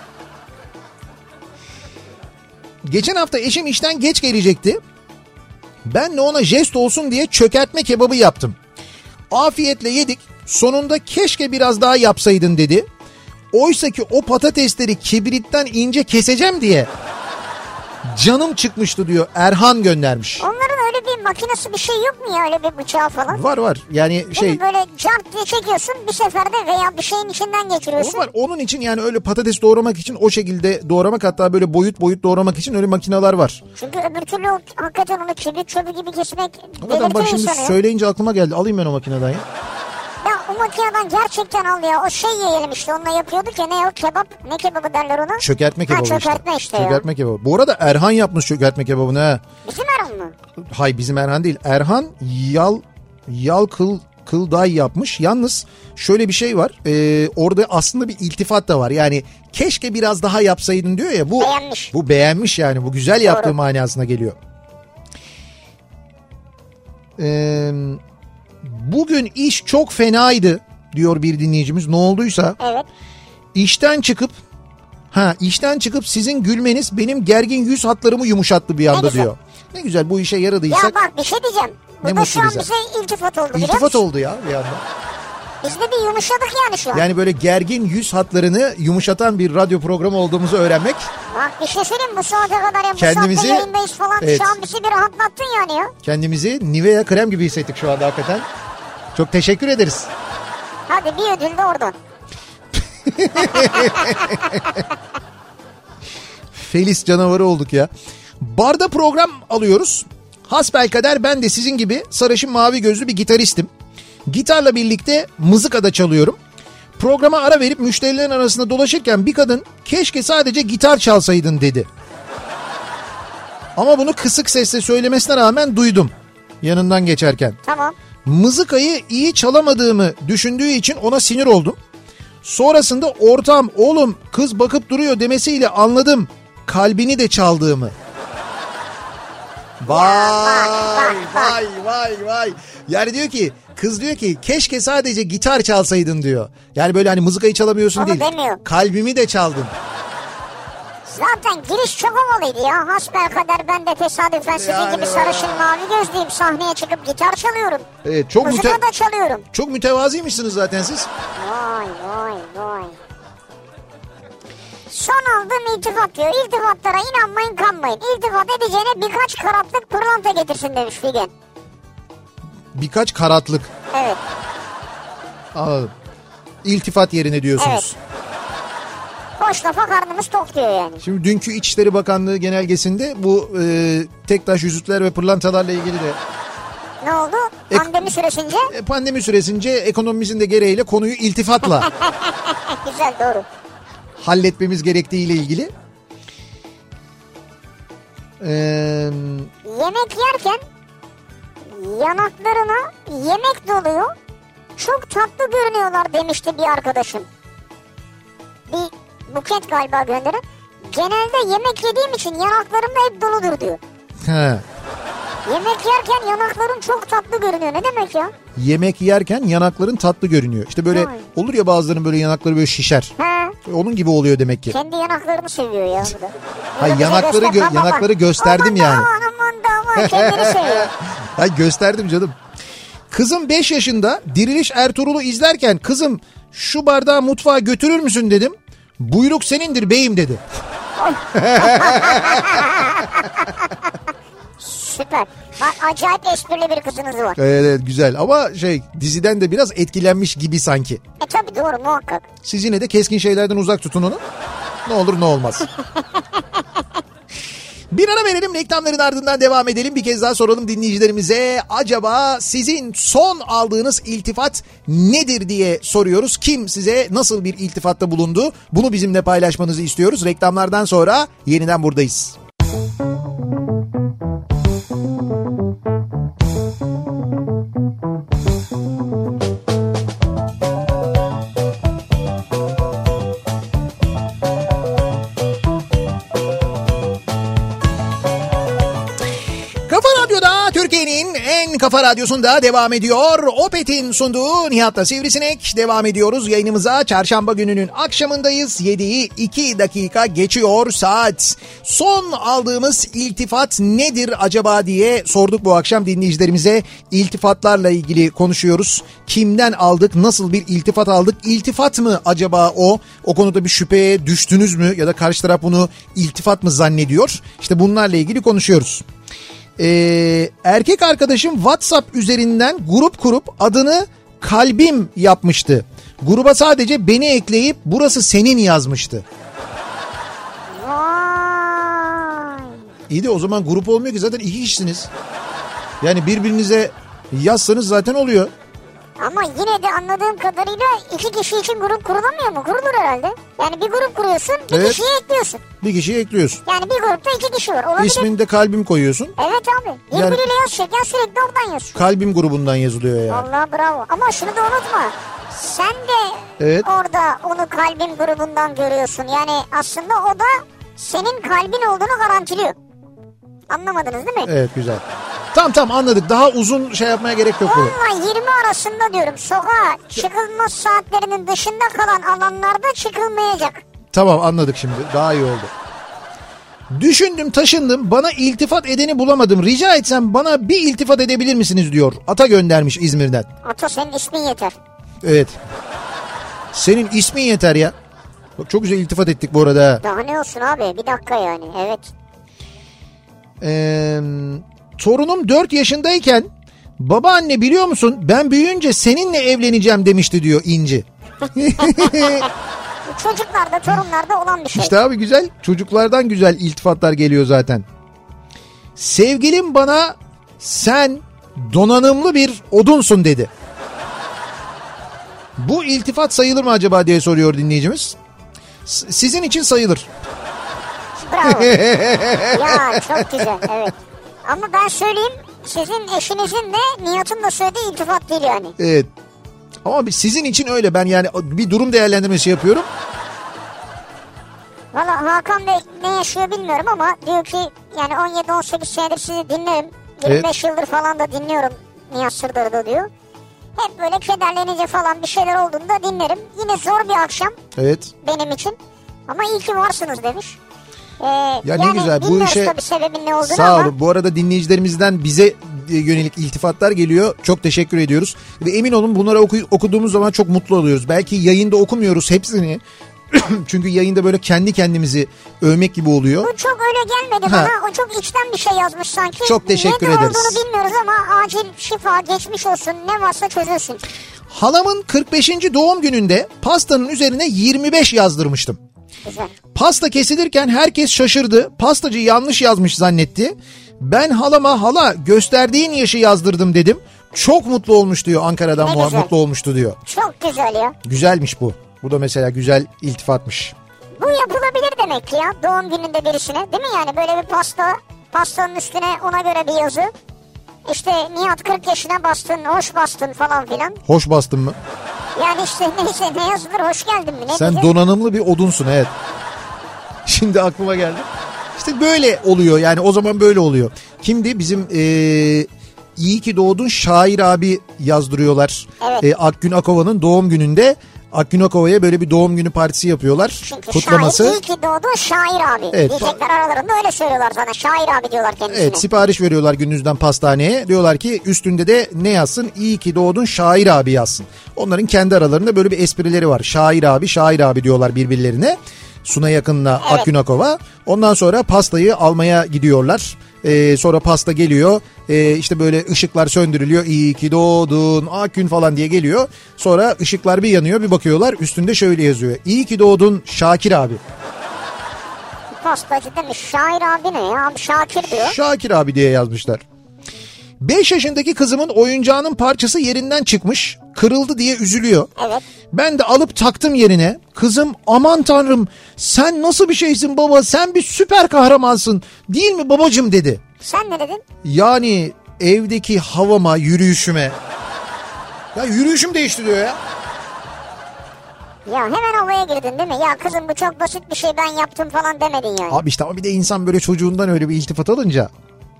Geçen hafta eşim işten geç gelecekti. Ben de ona jest olsun diye çökertme kebabı yaptım. Afiyetle yedik. Sonunda keşke biraz daha yapsaydın dedi. Oysa ki o patatesleri kibritten ince keseceğim diye canım çıkmıştı diyor. Erhan göndermiş. Onların öyle böyle bir makinesi bir şey yok mu ya, öyle bir bıçağı falan? Var. Yani şey. Böyle cart diye çekiyorsun bir seferde veya bir şeyin içinden geçiriyorsun. Var. Onun için yani öyle patates doğramak için o şekilde doğramak, hatta böyle boyut doğramak için öyle makineler var. Çünkü öbür türlü hakikaten onu kibrit çöpü gibi kesmek Hakikaten bak şimdi söyleyince aklıma geldi. Alayım ben o makineden ya. Ya o makineden gerçekten al ya. O şey yiyelim işte, onunla yapıyorduk ya, ne o kebap, ne kebabı derler ona? Çökertme kebabı çökertme işte ya. Çökertme kebabı. Bu arada Erhan yapmış çökertme kebabını ha. Bizim Erhan mı? Hayır, bizim Erhan değil. Erhan yal kılday yapmış. Yalnız şöyle bir şey var. Orada aslında bir iltifat da var. Yani keşke biraz daha yapsaydın diyor ya. Beğenmiş. Bu beğenmiş yani. Bu güzel yaptığı manasına geliyor. Bugün iş çok fenaydı diyor bir dinleyicimiz. Ne olduysa. Evet. İşten çıkıp sizin gülmeniz benim gergin yüz hatlarımı yumuşattı bir anda diyor. Ne güzel, bu işe yaradıysak. Ya bak bir şey diyeceğim. Bu da şu an bize iltifat oldu. İltifat oldu ya bir anda. Biz de bir yumuşadık yani şu an. Yani böyle gergin yüz hatlarını yumuşatan bir radyo programı olduğumuzu öğrenmek. Bak bir şey söyleyeyim, bu saate kadar ya, bu kendimizi, saatte yayındayız falan. evet. Şu an bizi bir rahatlattın yani ya. Kendimizi Nivea krem gibi hissettik şu anda hakikaten. Çok teşekkür ederiz. Hadi bir ödül de oradan. Felis canavarı olduk ya. Barda program alıyoruz. Hasbelkader ben de sizin gibi sarışın mavi gözlü bir gitaristim. Gitarla birlikte mızıka da çalıyorum. Programa ara verip müşterilerin arasında dolaşırken bir kadın keşke sadece gitar çalsaydın dedi. Ama bunu kısık sesle söylemesine rağmen duydum yanından geçerken. Tamam. Mızıkayı iyi çalamadığımı düşündüğü için ona sinir oldum. Sonrasında ortam oğlum kız bakıp duruyor demesiyle anladım kalbini de çaldığımı. Vay. Yani diyor ki, kız diyor ki keşke sadece gitar çalsaydın diyor. Yani böyle hani mızıkayı çalamıyorsun onu değil. Demiyor. Kalbimi de çaldın. Zaten giriş çok havalıydı ya. Hasbelkader ben de tesadüfen sizin gibi sarışın mavi gözlüyüm. Sahneye çıkıp gitar çalıyorum. Evet, çok mızıka da çalıyorum. Çok mütevazıymışsınız zaten siz. Vay. Son aldığım iltifat diyor. İltifatlara inanmayın, kanmayın. İltifat edeceğine birkaç karatlık pırlanta getirsin demiş Figen. Birkaç karatlık. Evet. Anladım. İltifat yerine diyorsunuz. Evet. Boş lafa karnımız tok diyor yani. Şimdi dünkü İçişleri Bakanlığı genelgesinde bu tek taş yüzükler ve pırlantalarla ilgili de... Ne oldu? Pandemi süresince? Pandemi süresince ekonomimizin de gereğiyle konuyu iltifatla... Güzel, doğru. halletmemiz gerektiğiyle ilgili. Yemek yerken yanaklarına yemek doluyor. Çok tatlı görünüyorlar demişti bir arkadaşım. Bir buket galiba gönderin. Genelde yemek yediğim için yanaklarım da hep doludur diyor. He. Yemek yerken yanaklarım çok tatlı görünüyor. Ne demek ya? Yemek yerken yanakların tatlı görünüyor. İşte böyle olur ya, bazılarının böyle yanakları böyle şişer. He. Onun gibi oluyor demek ki. Kendi yanaklarını seviyor ya bu da. Hayır, yanakları gösterdim aman yani. Aman kendini seviyor. Hayır, gösterdim canım. Kızım 5 yaşında Diriliş Ertuğrul'u izlerken kızım şu bardağı mutfağa götürür müsün dedim. Buyruk senindir beyim dedi. Süper. Bak, acayip esprili bir kızınız var. Evet, güzel ama diziden de biraz etkilenmiş gibi sanki. Tabii, doğru, muhakkak. Siz yine de keskin şeylerden uzak tutun onu. Ne olur ne olmaz. Bir ara verelim, reklamların ardından devam edelim. Bir kez daha soralım dinleyicilerimize. Acaba sizin son aldığınız iltifat nedir diye soruyoruz. Kim size nasıl bir iltifatta bulundu? Bunu bizimle paylaşmanızı istiyoruz. Reklamlardan sonra yeniden buradayız. Türkiye'nin en kafa radyosunda devam ediyor. Opet'in sunduğu Nihat'la Sivrisinek devam ediyoruz yayınımıza. Çarşamba gününün akşamındayız. 7'yi 2 dakika geçiyor saat. Son aldığımız iltifat nedir acaba diye sorduk bu akşam dinleyicilerimize. İltifatlarla ilgili konuşuyoruz. Kimden aldık, nasıl bir iltifat aldık? İltifat mı acaba o? O konuda bir şüpheye düştünüz mü? Ya da karşı taraf bunu iltifat mı zannediyor? İşte bunlarla ilgili konuşuyoruz. Erkek arkadaşım WhatsApp üzerinden grup kurup adını kalbim yapmıştı. Gruba sadece beni ekleyip burası senin yazmıştı. Vay. İyi de o zaman grup olmuyor ki, zaten 2 kişisiniz. Yani birbirinize yazsanız zaten oluyor. Ama yine de anladığım kadarıyla 2 kişi için grup kurulamıyor mu? Kurulur herhalde. Yani bir grup kuruyorsun, bir kişiyi ekliyorsun. Bir kişiyi ekliyorsun. Yani bir grupta 2 kişi var. Olabilir. İsmini de kalbim koyuyorsun. Evet abi. Birbiriyle yazacak ya, sürekli oradan yazıyor. Kalbim grubundan yazılıyor yani. Vallahi bravo. Ama şunu da unutma. Sen de orada onu kalbim grubundan görüyorsun. Yani aslında o da senin kalbin olduğunu garantiliyor. Anlamadınız değil mi? Evet, güzel. Tamam anladık. Daha uzun şey yapmaya gerek yok. 10 ile 20 arasında diyorum. Sokağa çıkılmaz saatlerinin dışında kalan alanlarda çıkılmayacak. Tamam, anladık şimdi. Daha iyi oldu. Düşündüm taşındım, bana iltifat edeni bulamadım. Rica etsem bana bir iltifat edebilir misiniz diyor. Ata göndermiş İzmir'den. Ata, senin ismin yeter. Evet. Senin ismin yeter ya. Bak, çok güzel iltifat ettik bu arada. Daha ne olsun abi, bir dakika yani, evet. Torunum 4 yaşındayken babaanne biliyor musun ben büyüyünce seninle evleneceğim demişti diyor İnci. Çocuklarda, torunlarda olan bir şey. İşte abi, güzel, çocuklardan güzel iltifatlar geliyor zaten. Sevgilim bana sen donanımlı bir odunsun dedi. Bu iltifat sayılır mı acaba diye soruyor dinleyicimiz. Sizin için sayılır. Bravo. Ya çok güzel, evet. Ama ben söyleyeyim, sizin eşinizin de Nihat'ın da söylediği iltifat değil yani. Evet. Ama sizin için öyle, ben yani bir durum değerlendirmesi yapıyorum. Valla Hakan Bey ne yaşıyor bilmiyorum ama diyor ki yani 17-18 senedir sizi dinlerim. 25 yıldır falan da dinliyorum Nihat Sırdar'da diyor. Hep böyle kederlenince falan bir şeyler olduğunda dinlerim. Yine zor bir akşam benim için. Ama iyi ki varsınız demiş. Ya ne güzel bu işe. Tabii sebebin ne olduğunu sağ olun. ama. Bu arada dinleyicilerimizden bize yönelik iltifatlar geliyor. Çok teşekkür ediyoruz. Ve emin olun bunları okuduğumuz zaman çok mutlu oluyoruz. Belki yayında okumuyoruz hepsini. Çünkü yayında böyle kendi kendimizi övmek gibi oluyor. Bu çok öyle gelmedi bana. O çok içten bir şey yazmış sanki. Çok teşekkür ederiz. Ne olduğunu bilmiyoruz ama acil şifa, geçmiş olsun, ne varsa çözülsün. Halamın 45. doğum gününde pastanın üzerine 25 yazdırmıştım. Güzel. Pasta kesilirken herkes şaşırdı. Pastacı yanlış yazmış zannetti. Ben halama hala gösterdiğin yaşı yazdırdım dedim. Çok mutlu olmuş diyor, Ankara'dan mutlu olmuştu diyor. Çok güzel ya. Güzelmiş bu. Bu da mesela güzel iltifatmış. Bu yapılabilir demek ki ya, doğum gününde birisine, değil mi yani, böyle bir pastanın üstüne ona göre bir yazı. İşte Nihat 40 yaşına bastın, hoş bastın falan filan. Hoş bastın mı? Yani işte neyse, ne yazılır, hoş geldin mi? Ne sen diyeceğim? Donanımlı bir odunsun, evet. Şimdi aklıma geldi. İşte böyle oluyor yani, o zaman böyle oluyor. Kimdi bizim iyi ki doğdun şair abi yazdırıyorlar. Evet. Akgün Akova'nın doğum gününde. Akgün Akova'ya böyle bir doğum günü partisi yapıyorlar. Çünkü kutlaması. Şair, iyi ki doğdun şair abi. Evet. Diyecekler aralarında, öyle söylüyorlar sana. Şair abi diyorlar kendisine. Evet, sipariş veriyorlar Gündüz'den pastaneye. Diyorlar ki üstünde de ne yazsın? İyi ki doğdun şair abi yazsın. Onların kendi aralarında böyle bir esprileri var. Şair abi diyorlar birbirlerine. Suna Yakın'la evet. Akgün Akova. Ondan sonra pastayı almaya gidiyorlar. Sonra pasta geliyor. İşte böyle ışıklar söndürülüyor. İyi ki doğdun Akgün falan diye geliyor. Sonra ışıklar bir yanıyor, bir bakıyorlar. Üstünde şöyle yazıyor. İyi ki doğdun Şakir abi. Pastacı demiş şair abi ne ya? Şakir diyor. Şakir abi diye yazmışlar. 5 yaşındaki kızımın oyuncağının parçası yerinden çıkmış. Kırıldı diye üzülüyor. Evet. Ben de alıp taktım yerine. Kızım aman tanrım sen nasıl bir şeysin baba, sen bir süper kahramansın değil mi babacığım dedi. Sen ne dedin? Yani evdeki havama, yürüyüşüme. Ya yürüyüşüm değişti diyor ya. Ya hemen havaya girdin değil mi? Ya kızım bu çok basit bir şey, ben yaptım falan demedin yani. Abi işte ama bir de insan böyle çocuğundan öyle bir iltifat alınca.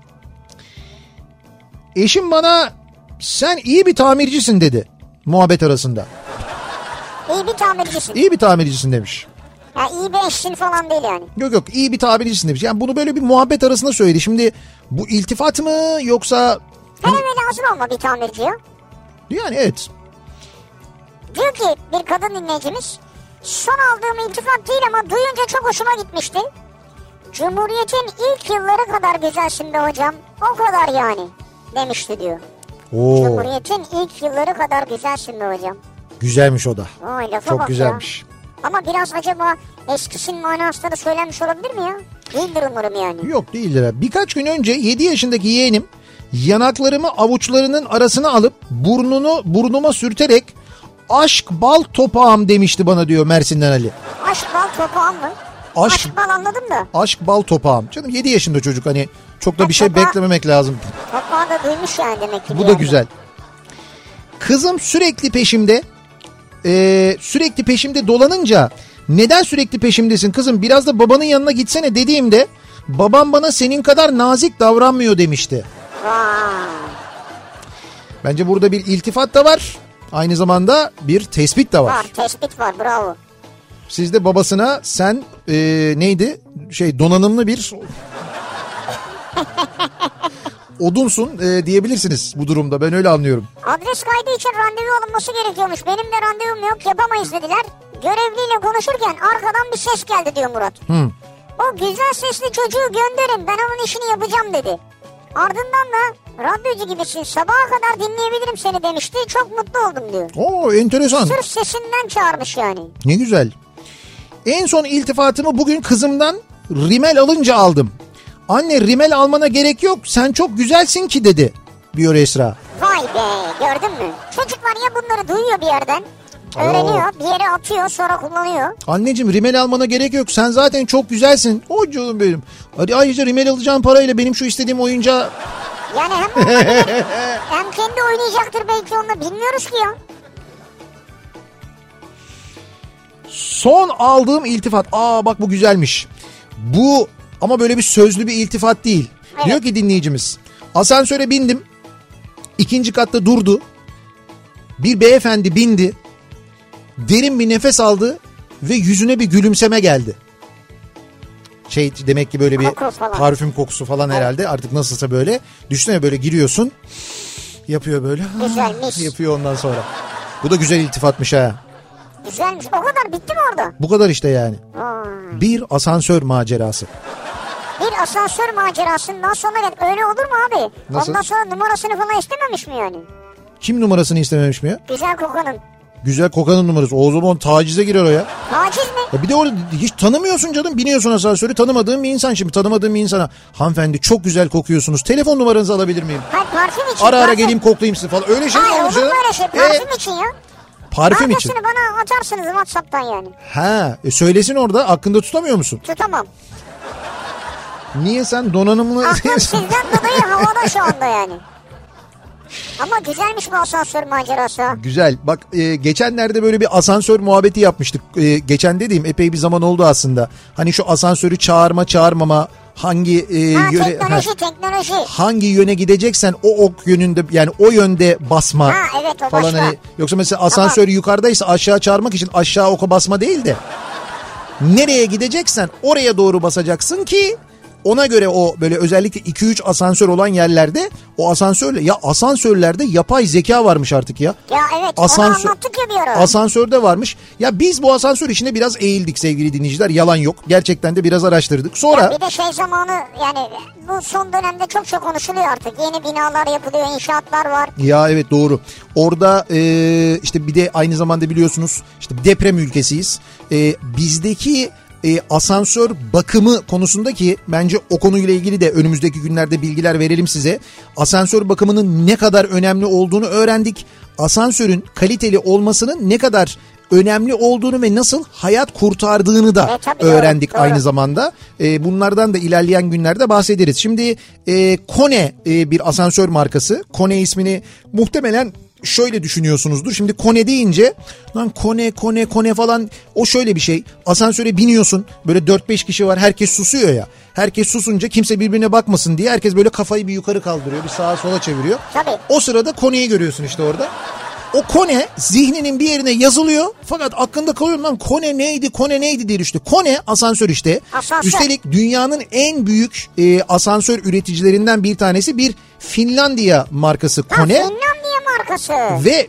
Eşim bana sen iyi bir tamircisin dedi muhabbet arasında. İyi bir tamircisin. İyi bir tamircisin demiş. Ya iyi bir eşsin falan değil yani. Yok iyi bir tamircisin demiş. Yani bunu böyle bir muhabbet arasında söyledi. Şimdi bu iltifat mı yoksa... Deneme lazım ama bir tamirciye. Yani evet. Diyor ki bir kadın dinleyicimiz, son aldığım iltifat değil ama duyunca çok hoşuma gitmişti. Cumhuriyet'in ilk yılları kadar güzelsin be hocam. O kadar yani demişti diyor. Oo. Cumhuriyet'in ilk yılları kadar güzelsin be hocam. Güzelmiş o da. Vay lafa Çok bak güzelmiş. Ya. Ama biraz acaba eskisinin manasında da söylenmiş olabilir mi ya? Değildir umarım yani. Yok değildir. Birkaç gün önce 7 yaşındaki yeğenim yanaklarımı avuçlarının arasına alıp burnuma sürterek aşk bal topağım demişti bana diyor Mersin'den Ali. Aşk bal topağım mı? Aşk bal anladım da. Aşk bal topağım. Canım 7 yaşında çocuk, hani çok da bir şey beklememek lazım. Topağı da duymuş yani demek ki. Bu da güzel. Kızım sürekli peşimde dolanınca neden sürekli peşimdesin kızım, biraz da babanın yanına gitsene dediğimde babam bana senin kadar nazik davranmıyor demişti. Vay. Bence burada bir iltifat da var. Aynı zamanda bir tespit de var. Var, tespit var, bravo. Siz de babasına sen neydi? Donanımlı bir odunsun diyebilirsiniz bu durumda. Ben öyle anlıyorum. Adres kaydı için randevu alınması gerekiyormuş. Benim de randevum yok, yapamayız dediler. Görevliyle konuşurken arkadan bir ses geldi diyor Murat. O güzel sesli çocuğu gönderin, ben onun işini yapacağım dedi. Ardından da radyocu gibisin, sabaha kadar dinleyebilirim seni demişti. Çok mutlu oldum diyor. Oo, enteresan. Sırf sesinden çağırmış yani. Ne güzel. En son iltifatımı bugün kızımdan rimel alınca aldım. Anne rimel almana gerek yok, sen çok güzelsin ki dedi diyor Esra. Vay be, gördün mü? Çocuklar ya bunları duyuyor bir yerden. Öğreniyor, bir yere atıyor, sonra kullanıyor. Anneciğim rimel almana gerek yok, sen zaten çok güzelsin. O canım benim. Hadi ayrıca rimel alacağım parayla benim şu istediğim oyuncağı... Yani hem kendi oynayacaktır belki, onunla bilmiyoruz ki ya. Son aldığım iltifat. Bak bu güzelmiş. Bu ama böyle bir sözlü bir iltifat değil. Evet. Diyor ki dinleyicimiz. Asansöre bindim. 2. katta durdu. Bir beyefendi bindi. Derin bir nefes aldı ve yüzüne bir gülümseme geldi. Demek ki böyle bir parfüm kokusu falan herhalde. Artık nasılsa böyle. Düşünsene, böyle giriyorsun. Yapıyor böyle. Güzelmiş. Yapıyor ondan sonra. Bu da güzel iltifatmış ha. Güzelmiş. O kadar, bitti mi orada? Bu kadar işte yani. Bir asansör macerası. Bir asansör macerasından sonra öyle olur mu abi? Nasıl? Ondan sonra numarasını falan istememiş mi yani? Kim numarasını istememiş mi ya? Güzel kokanın. Güzel kokanın numarası. O zaman tacize girer o ya. Taciz mi? Ya bir de orada hiç tanımıyorsun canım. Biniyorsun asansörü, tanımadığın bir insan şimdi. Tanımadığın bir insana. Hanımefendi çok güzel kokuyorsunuz. Telefon numaranızı alabilir miyim? Hayır, parfüm için. Ara geleyim koklayayım sizi falan. Öyle şey mi olur olmuş mu ya? öyle şey? Parfüm için ya. Parfüm için. Adresini bana atarsınız WhatsApp'tan yani. Söylesin orada. Aklında tutamıyor musun? Tutamam. Niye, sen donanımlı... Aklım sizden dolayı havada şu anda yani. Ama güzelmiş bu asansör macerası. Güzel. Bak geçenlerde böyle bir asansör muhabbeti yapmıştık. Geçen dediğim epey bir zaman oldu aslında. Hani şu asansörü çağırmama, hangi teknoloji. Hangi yöne gideceksen o ok yönünde, yani o yönde basma. Evet, o falan başka. Hani, yoksa mesela asansör yukarıdaysa aşağı çağırmak için aşağı oka basma değil de nereye gideceksen oraya doğru basacaksın ki ona göre o böyle özellikle 2-3 asansör olan yerlerde o asansörlerde yapay zeka varmış artık ya. Ya evet, onu anlattık ya bir ara. Asansörde varmış. Ya biz bu asansör işine biraz eğildik sevgili dinleyiciler, yalan yok. Gerçekten de biraz araştırdık. Sonra ya bir de zamanı yani bu son dönemde çok konuşuluyor artık. Yeni binalar yapılıyor, inşaatlar var. Ya evet, doğru. Orada işte bir de aynı zamanda biliyorsunuz işte deprem ülkesiyiz. Bizdeki asansör bakımı konusundaki bence o konuyla ilgili de önümüzdeki günlerde bilgiler verelim size. Asansör bakımının ne kadar önemli olduğunu öğrendik. Asansörün kaliteli olmasının ne kadar önemli olduğunu ve nasıl hayat kurtardığını da öğrendik doğru. Aynı zamanda. Bunlardan da ilerleyen günlerde bahsederiz. Şimdi Kone bir asansör markası. Kone ismini muhtemelen şöyle düşünüyorsunuzdur. Şimdi Kone deyince lan Kone falan, o şöyle bir şey. Asansöre biniyorsun, böyle 4-5 kişi var, herkes susuyor ya. Herkes susunca kimse birbirine bakmasın diye herkes böyle kafayı bir yukarı kaldırıyor, bir sağa sola çeviriyor. Tabii. O sırada Kone'yi görüyorsun işte orada. O Kone zihninin bir yerine yazılıyor fakat aklında kalıyor, lan Kone neydi diye işte. Kone asansör işte. Asansör. Üstelik dünyanın en büyük asansör üreticilerinden bir tanesi, bir Finlandiya markası Kone. Finlandiya markası. Ve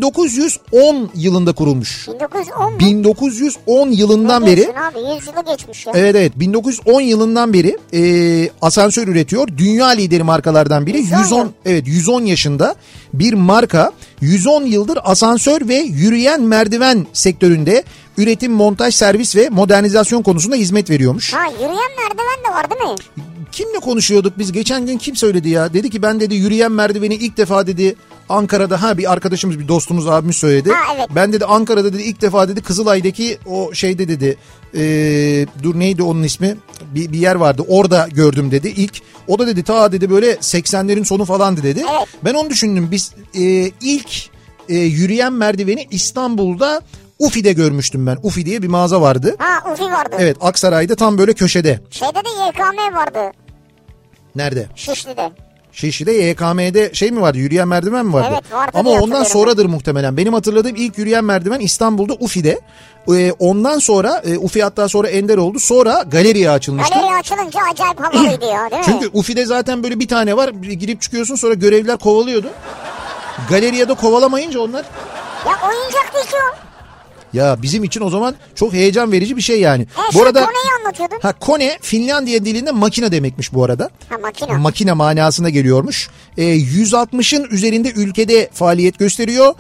1910 yılında kurulmuş. 1910 mu? 1910 yılından beri. Abi 100 yılı geçmiş ya. Evet 1910 yılından beri asansör üretiyor. Dünya lideri markalardan biri. 110 yaşında bir marka. 110 yıldır asansör ve yürüyen merdiven sektöründe üretim, montaj, servis ve modernizasyon konusunda hizmet veriyormuş. Ha, yürüyen merdiven de var değil mi? Kimle konuşuyorduk biz? Geçen gün kim söyledi ya? Dedi ki ben dedi yürüyen merdiveni ilk defa dedi Ankara'da bir arkadaşımız, bir dostumuz, abimiz söyledi. Ha, evet. Ben dedi Ankara'da dedi ilk defa dedi Kızılay'daki o şeyde dedi dur neydi onun ismi? Bir yer vardı orada gördüm dedi ilk. O da dedi ta dedi böyle 80'lerin sonu falandı dedi. Evet. Ben onu düşündüm. Biz ilk yürüyen merdiveni İstanbul'da Ufi'de görmüştüm ben. Ufi diye bir mağaza vardı. Ha, Ufi vardı. Evet, Aksaray'da tam böyle köşede. Şeyde de YKM vardı. Nerede? Şişli'de. Şişli'de YKM'de şey mi vardı? Yürüyen merdiven mi vardı? Evet, vardı. Ama ondan sonradır muhtemelen. Benim hatırladığım ilk yürüyen merdiven İstanbul'da Ufi'de. Ondan sonra Ufi hatta sonra ender oldu. Sonra galeriye açılmıştı. Galeriye açılınca acayip havalıydı ya, değil mi? Çünkü Ufi'de zaten böyle bir tane var. Girip çıkıyorsun, sonra görevliler kovalıyordu. Galeriye de kovalamayınca onlar. Ya oyuncak değil ki o. Ya bizim için o zaman çok heyecan verici bir şey yani. Bu arada Kone'yi anlatıyordun. Kone Finlandiya dilinde makine demekmiş bu arada. Ha, makine. Makine manasına geliyormuş. 160'ın üzerinde ülkede faaliyet gösteriyor.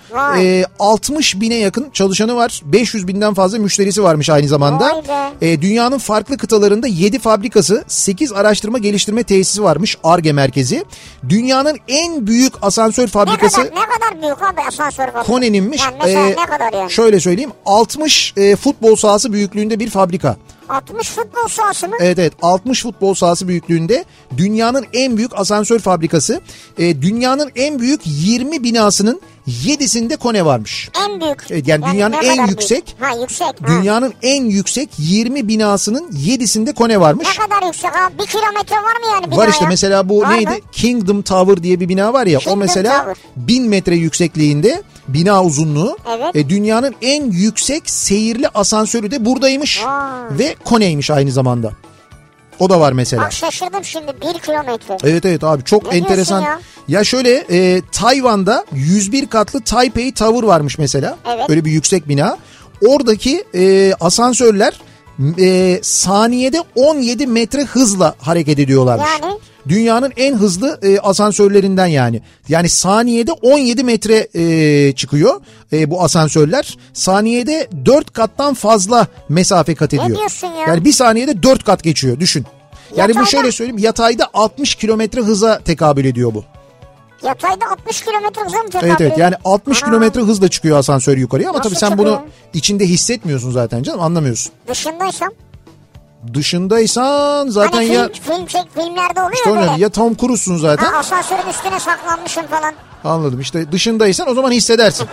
60 bine yakın çalışanı var. 500 binden fazla müşterisi varmış aynı zamanda. Dünyanın farklı kıtalarında 7 fabrikası, 8 araştırma geliştirme tesisi varmış. Ar-Ge merkezi. Dünyanın en büyük asansör fabrikası. Ne kadar büyük abi asansör fabrikası? Kone'ninmiş. Yani mesela ne kadar yani? Şöyle söyleyeyim. 60 futbol sahası büyüklüğünde bir fabrika. 60 futbol sahası mı? Evet 60 futbol sahası büyüklüğünde dünyanın en büyük asansör fabrikası. Dünyanın en büyük 20 binasının 7'sinde Kone varmış. En büyük. Evet, yani dünyanın en yüksek. Ha, yüksek. Dünyanın en yüksek 20 binasının 7'sinde Kone varmış. Ne kadar yüksek abi? 1 kilometre var mı yani binaya? Var işte mesela bu var neydi? mı? Kingdom Tower diye bir bina var ya. Kingdom o mesela Tower. 1000 metre yüksekliğinde bina uzunluğu. Evet. Dünyanın en yüksek seyirli asansörü de buradaymış. Ve Kone'ymiş aynı zamanda. O da var mesela. Bak şaşırdım şimdi 1 kilometre. Evet abi çok ne enteresan. Ya şöyle Tayvan'da 101 katlı Taipei Tower varmış mesela. Evet. Öyle bir yüksek bina. Oradaki asansörler saniyede 17 metre hızla hareket ediyorlarmış. Yani? Dünyanın en hızlı asansörlerinden yani. Yani saniyede 17 metre çıkıyor bu asansörler. Saniyede 4 kattan fazla mesafe kat ediyor. Ne diyorsun ya? Yani bir saniyede 4 kat geçiyor düşün. Yani Yatayda, bu şöyle söyleyeyim, yatayda 60 kilometre hıza tekabül ediyor bu. Yatayda 60 kilometre hıza mı tekabül ediyor? Evet yani 60 kilometre hızla çıkıyor asansör yukarıya ama nasıl tabii sen çıkıyor? bunu içinde hissetmiyorsun zaten canım, anlamıyorsun. Dışındaysan zaten hani ya... filmlerde oluyor işte böyle. Ya Tom Cruise'sun zaten. Ha, asansörün üstüne saklanmışsın falan. Anladım, işte dışındaysan o zaman hissedersin.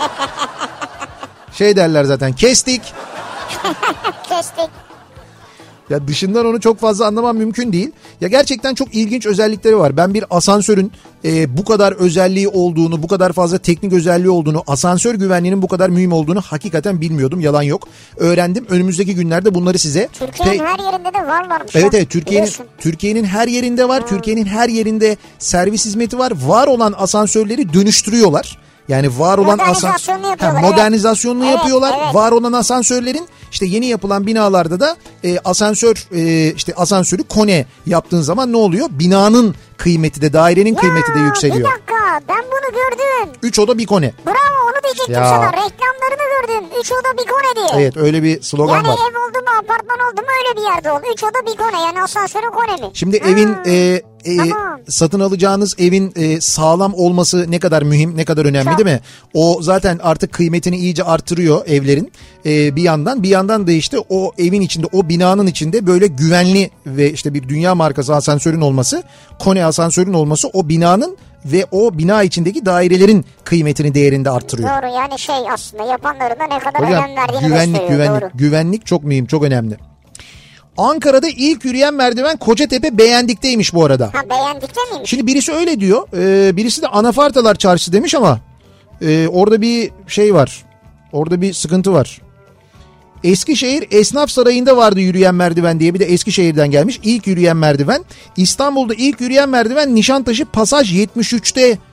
Şey derler zaten, kestik. Kestik. Ya dışından onu çok fazla anlamam mümkün değil. Ya gerçekten çok ilginç özellikleri var. Ben bir asansörün bu kadar özelliği olduğunu, bu kadar fazla teknik özelliği olduğunu, asansör güvenliğinin bu kadar mühim olduğunu hakikaten bilmiyordum. Yalan yok. Öğrendim. Önümüzdeki günlerde bunları size... Türkiye'nin her yerinde de varlarmış. Evet Türkiye'nin her yerinde var. Türkiye'nin her yerinde servis hizmeti var. Var olan asansörleri dönüştürüyorlar. Yani var olan modernizasyonunu yapıyorlar. Evet. Var olan asansörlerin işte yeni yapılan binalarda da asansörü Kone yaptığın zaman ne oluyor? Binanın kıymeti de, dairenin kıymeti de yükseliyor. Bir dakika, ben bunu gördüm. 3 oda bir Kone. Bravo, onu diyecektim sana. Reklamlarını gördüm. 3 oda bir Kone diye. Evet, öyle bir slogan yani var. Yani ev oldu mu, apartman oldu mu öyle bir yerde oldu. 3 oda bir Kone, yani asansörün Kone mi? Şimdi evin satın alacağınız evin sağlam olması ne kadar mühim, ne kadar önemli, değil mi? O zaten artık kıymetini iyice artırıyor evlerin bir yandan da işte o evin içinde, o binanın içinde böyle güvenli ve işte bir dünya markası asansörün olması, Kone asansörün olması o binanın ve o bina içindeki dairelerin kıymetini, değerini de artırıyor. Doğru, yani aslında yapanların da ne kadar önem verdiğini gösteriyor. Güvenlik çok mühim, çok önemli. Ankara'da ilk yürüyen merdiven Kocatepe Beğendik'teymiş bu arada. Ha, Beğendik'te miymiş? Şimdi birisi öyle diyor. Birisi de Anafartalar Çarşısı demiş ama orada bir şey var. Orada bir sıkıntı var. Eskişehir Esnaf Sarayı'nda vardı yürüyen merdiven diye, bir de Eskişehir'den gelmiş. İlk yürüyen merdiven. İstanbul'da ilk yürüyen merdiven Nişantaşı Pasaj 73'te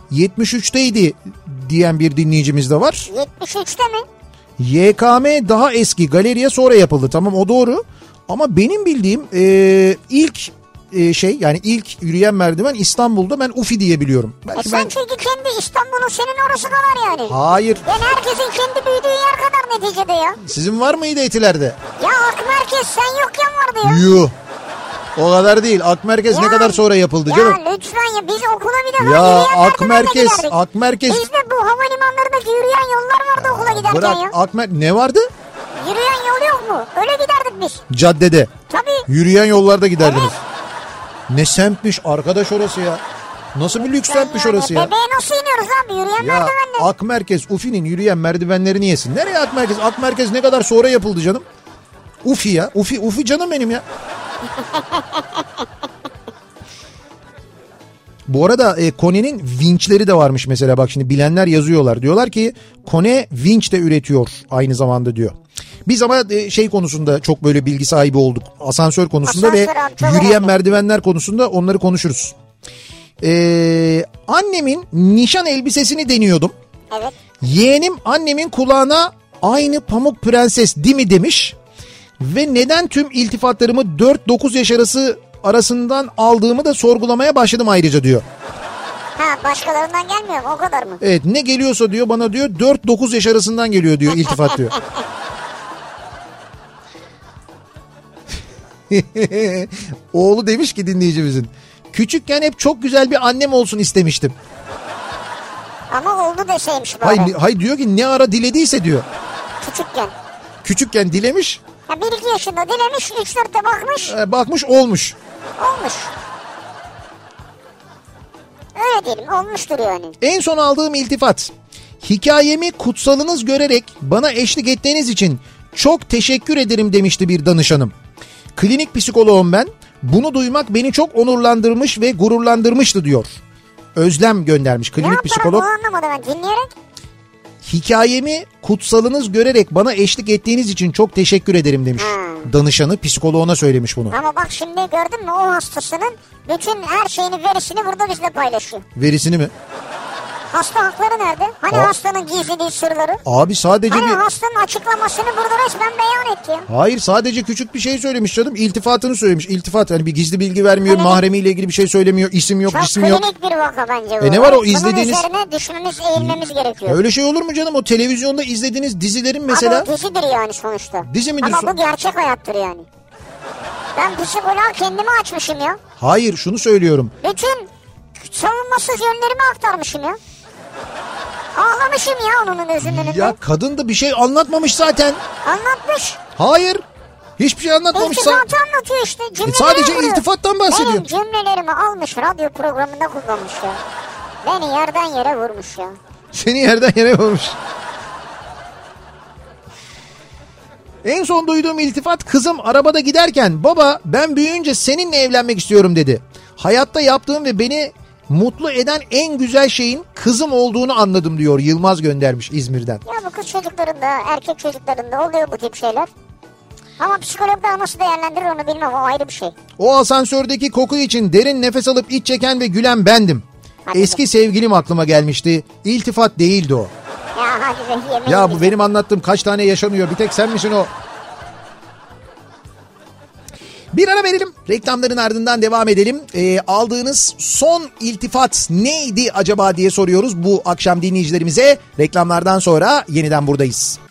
73'teydi diyen bir dinleyicimiz de var. 73'te mi? YKM daha eski, galeriye sonra yapıldı. Tamam, o doğru. Ama benim bildiğim ilk yani ilk yürüyen merdiven İstanbul'da, ben UFI diye biliyorum. Belki sen çünkü kendi İstanbul'un senin orası kadar yani. Hayır. Yani herkesin kendi büyüdüğü yer kadar neticede ya. Sizin var mıydı Etiler'de? Ya Akmerkez sen yokken vardı ya. Yuh. O kadar değil. Akmerkez ne kadar sonra yapıldı canım? Ya lütfen ya, biz okula bir defa Ya yürüyen Akmerkez. Biz de bu havalimanlarındaki yürüyen yollar vardı okula giderken Bırak, ne vardı? Yürüyen yol yok mu? Öyle giderdik biz. Caddede. Tabii. Yürüyen yollarda giderdiniz. Evet. Ne semtmiş arkadaş orası ya. Nasıl bir lüks semtmiş orası ya. Bebeğe nasıl iniyoruz abi, yürüyen merdivenle? Akmerkez, UFI'nin yürüyen merdivenlerini yesin. Nereye Akmerkez? Akmerkez ne kadar sonra yapıldı canım? UFI ya. UFI canım benim ya. Bu arada Kone'nin vinçleri de varmış mesela, bak şimdi bilenler yazıyorlar. Diyorlar ki Kone vinç de üretiyor aynı zamanda diyor. Biz ama konusunda çok böyle bilgi sahibi olduk. Asansör konusunda ve yürüyen merdivenler konusunda onları konuşuruz. Annemin nişan elbisesini deniyordum. Evet. Yeğenim annemin kulağına aynı Pamuk Prenses değil mi demiş. Ve neden tüm iltifatlarımı 4-9 yaş arasından aldığımı da sorgulamaya başladım ayrıca diyor. Ha, başkalarından gelmiyor mu, o kadar mı? Evet, ne geliyorsa diyor bana diyor 4-9 yaş arasından geliyor diyor iltifat diyor. Oğlu demiş ki dinleyicimizin, küçükken hep çok güzel bir annem olsun istemiştim. Ama oldu deseymiş bari. Hayır diyor ki ne ara dilediyse diyor. Küçükken dilemiş. Ya 1-2 yaşında dilemiş, 3-4'te bakmış. Bakmış olmuş. Olmuş. Öyle diyelim, olmuştur yani. En son aldığım iltifat. Hikayemi kutsalınız görerek bana eşlik ettiğiniz için çok teşekkür ederim demişti bir danışanım. Klinik psikoloğum ben. Bunu duymak beni çok onurlandırmış ve gururlandırmıştı diyor. Özlem göndermiş klinik psikolog. Ne anlamadım ben, dinleyerek? Hikayemi kutsalınız görerek bana eşlik ettiğiniz için çok teşekkür ederim demiş. Danışanı psikoloğuna söylemiş bunu. Ama bak şimdi gördün mü, o hastasının bütün her şeyini, verisini burada bizle paylaşıyor. Verisini mi? Hasta hakları nerede? Hani hastanın gizlediği sırları? Abi sadece hani hastanın açıklamasını burada resmen beyan etti ya. Hayır, sadece küçük bir şey söylemiş canım. İltifatını söylemiş. İltifat, hani bir gizli bilgi vermiyor. Evet. Mahremiyle ilgili bir şey söylemiyor. İsim yok, cisim yok. Çok klinik bir vaka bence bu. Ne var o izlediğiniz? Bunun üzerine düşmemiz, eğilmemiz gerekiyor. Öyle şey olur mu canım? O televizyonda izlediğiniz dizilerin mesela. Ama o dizidir yani sonuçta. Dizi midir? Ama bu gerçek hayattır yani. Ben psikoloğa kendimi açmışım ya. Hayır, şunu söylüyorum. Bütün savunmasız yönlerimi aktarmışım ya. Ağlamışım ya onun özünün. Ya kadın da bir şey anlatmamış zaten. Anlatmış. Hayır. Hiçbir şey anlatmamış. İltifatı anlatıyor işte. Sadece iltifattan bahsediyor. Benim cümlelerimi almış, radyo programında kullanmış ya. Beni yerden yere vurmuş ya. Seni yerden yere vurmuş. En son duyduğum iltifat, kızım arabada giderken baba ben büyüyünce seninle evlenmek istiyorum dedi. Hayatta yaptığım ve beni mutlu eden en güzel şeyin kızım olduğunu anladım diyor. Yılmaz göndermiş İzmir'den. Ya bu kız çocuklarında, erkek çocuklarında oluyor bu tip şeyler. Ama psikolog da nasıl değerlendirir onu bilmem, o ayrı bir şey. O asansördeki koku için derin nefes alıp iç çeken ve gülen bendim. Hadi eski sevgilim aklıma gelmişti. İltifat değildi o. Ya hadi be, yemin ya bu benim anlattığım kaç tane yaşanıyor, bir tek sen misin o? Bir ara verelim. Reklamların ardından devam edelim. Aldığınız son iltifat neydi acaba diye soruyoruz bu akşam dinleyicilerimize. Reklamlardan sonra yeniden buradayız.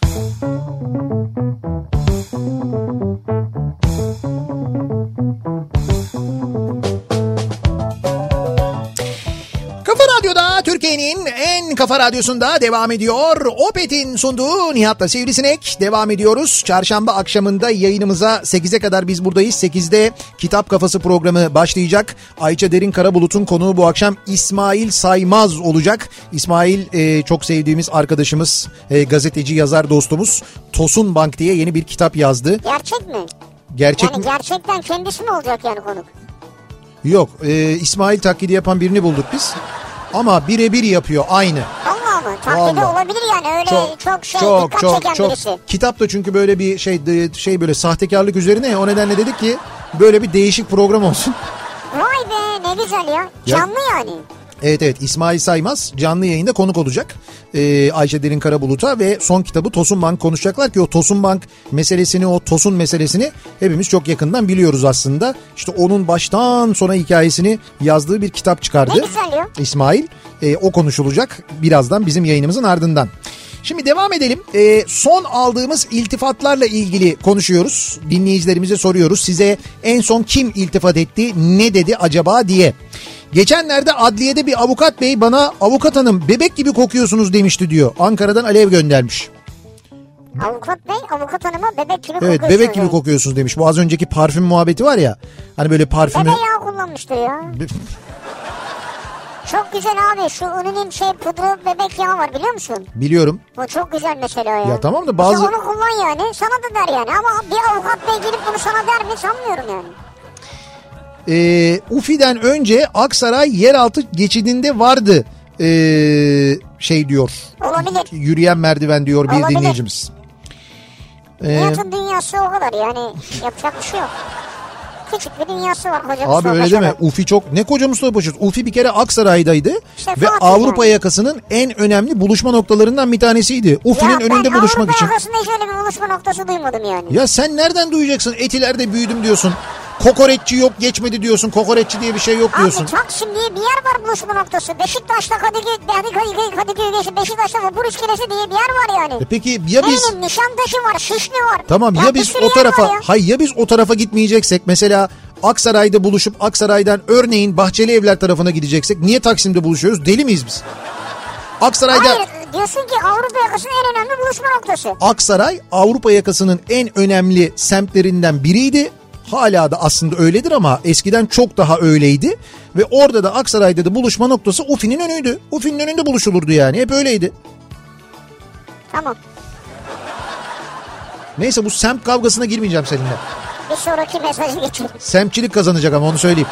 Radyo'da, Türkiye'nin en kafa radyosunda devam ediyor. Opet'in sunduğu Nihat'la Sivrisinek devam ediyoruz. Çarşamba akşamında yayınımıza 8'e kadar biz buradayız. 8'de Kitap Kafası programı başlayacak. Ayça Derin Karabulut'un konuğu bu akşam İsmail Saymaz olacak. İsmail çok sevdiğimiz arkadaşımız, gazeteci, yazar dostumuz. Tosun Bank diye yeni bir kitap yazdı. Gerçek mi? Gerçek yani mi? Gerçekten kendisi mi olacak yani konuk? Yok, İsmail taklidi yapan birini bulduk biz. Ama birebir yapıyor aynı. Allah mı? Taklidi olabilir yani, öyle çok dikkat çeken birisi. Kitap da çünkü böyle bir şey böyle sahtekarlık üzerine, o nedenle dedik ki böyle bir değişik program olsun. Vay be, ne güzel ya. Canlı yani. Evet, İsmail Saymaz canlı yayında konuk olacak Ayşe Derin Karabulut'a ve son kitabı Tosun Bank konuşacaklar ki o Tosun Bank meselesini, o Tosun meselesini hepimiz çok yakından biliyoruz aslında. İşte onun baştan sona hikayesini yazdığı bir kitap çıkardı. Ne güzel ya. İsmail, o konuşulacak birazdan bizim yayınımızın ardından. Şimdi devam edelim. Son aldığımız iltifatlarla ilgili konuşuyoruz. Dinleyicilerimize soruyoruz. Size en son kim iltifat etti, ne dedi acaba diye. Geçenlerde adliyede bir avukat bey bana avukat hanım bebek gibi kokuyorsunuz demişti diyor. Ankara'dan Alev göndermiş. Avukat bey avukat hanıma bebek gibi Evet, kokuyorsunuz. bebek gibi kokuyorsunuz demiş. Bu az önceki parfüm muhabbeti var ya. Hani böyle parfümü... Bebe yağı kullanmıştır ya. Çok güzel abi, şu Uni'nin pudru bebek yağı var, biliyor musun? Biliyorum. Bu çok güzel mesela ya. Ya tamam da bazı... İşte onu kullan yani, sana da der yani, ama bir avukat bey gelip bunu sana der mi sanmıyorum yani. Ufi'den önce Aksaray yeraltı geçidinde vardı diyor. Olabilir. Yürüyen merdiven diyor bir Olabilir. dinleyicimiz. Nihat'ın dünyası o kadar yani, yapacak bir şey yok. Küçük bir dünyası var koca Abi Mustafa öyle Paşa'da. deme. Ufi çok, ne koca Mustafa Paşa. Ufi bir kere Aksaray'daydı İşte ve Fatih Avrupa yani. yakasının en önemli buluşma noktalarından bir tanesiydi. Ufi'nin önünde buluşmak için. Ya ben Avrupa yakasında hiç öyle bir buluşma noktası duymadım yani. Ya sen nereden duyacaksın? Etiler'de büyüdüm diyorsun. Kokoreççi yok geçmedi diyorsun. Kokoreççi diye bir şey yok diyorsun. Abi Taksim diye bir yer var buluşma noktası. Beşiktaş'ta Kadıköy geçi, Beşiktaş'ta Vapur İskelesi diye bir yer var yani. Peki ya biz... Benim Nişantaşı var, Şişli var. Tamam ya biz o tarafa... Hayır ya biz o tarafa gitmeyeceksek, mesela Aksaray'da buluşup Aksaray'dan örneğin Bahçeli Evler tarafına gideceksek niye Taksim'de buluşuyoruz? Deli miyiz biz? Aksaray'da... Hayır, diyorsun ki Avrupa yakasının en önemli buluşma noktası. Aksaray Avrupa yakasının en önemli semtlerinden biriydi. Hala da aslında öyledir ama eskiden çok daha öyleydi. Ve orada da Aksaray'da da buluşma noktası Ufi'nin önüydü. Ufi'nin önünde buluşulurdu yani, hep öyleydi. Tamam. Neyse, bu semt kavgasına girmeyeceğim seninle. Bir sonraki mesajı geçelim. Semtçilik kazanacak ama onu söyleyeyim.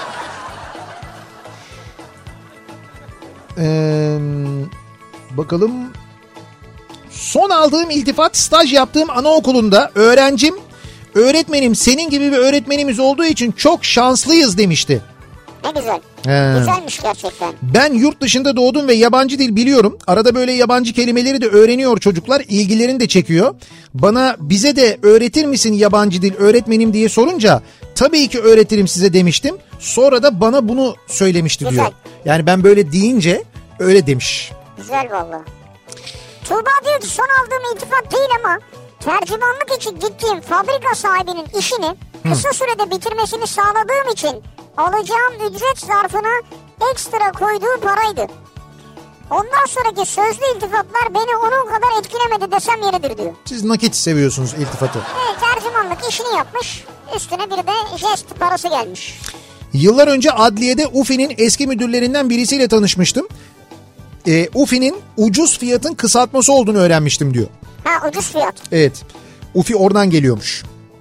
Bakalım. Son aldığım iltifat staj yaptığım anaokulunda öğretmenim senin gibi bir öğretmenimiz olduğu için çok şanslıyız demişti. Ne güzel. Güzelmiş gerçekten. Ben yurt dışında doğdum ve yabancı dil biliyorum. Arada böyle yabancı kelimeleri de öğreniyor çocuklar. İlgilerini de çekiyor. Bana bize de öğretir misin yabancı dil öğretmenim diye sorunca tabii ki öğretirim size demiştim. Sonra da bana bunu söylemişti güzel diyor. Yani ben böyle deyince öyle demiş. Güzel valla. Tuğba diyor ki son aldığım iltifat değil ama tercümanlık için gittiğim fabrika sahibinin işini kısa sürede bitirmesini sağladığım için alacağım ücret zarfına ekstra koyduğu paraydı. Ondan sonraki sözlü iltifatlar beni onun kadar etkilemedi desem yeridir diyor. Siz nakit seviyorsunuz iltifatı. Evet, tercümanlık işini yapmış, üstüne bir de jest parası gelmiş. Yıllar önce adliyede Ufi'nin eski müdürlerinden birisiyle tanışmıştım. Ufi'nin ucuz fiyatın kısaltması olduğunu öğrenmiştim diyor. Ha, ucuz fiyat. Evet. Ufi oradan geliyormuş.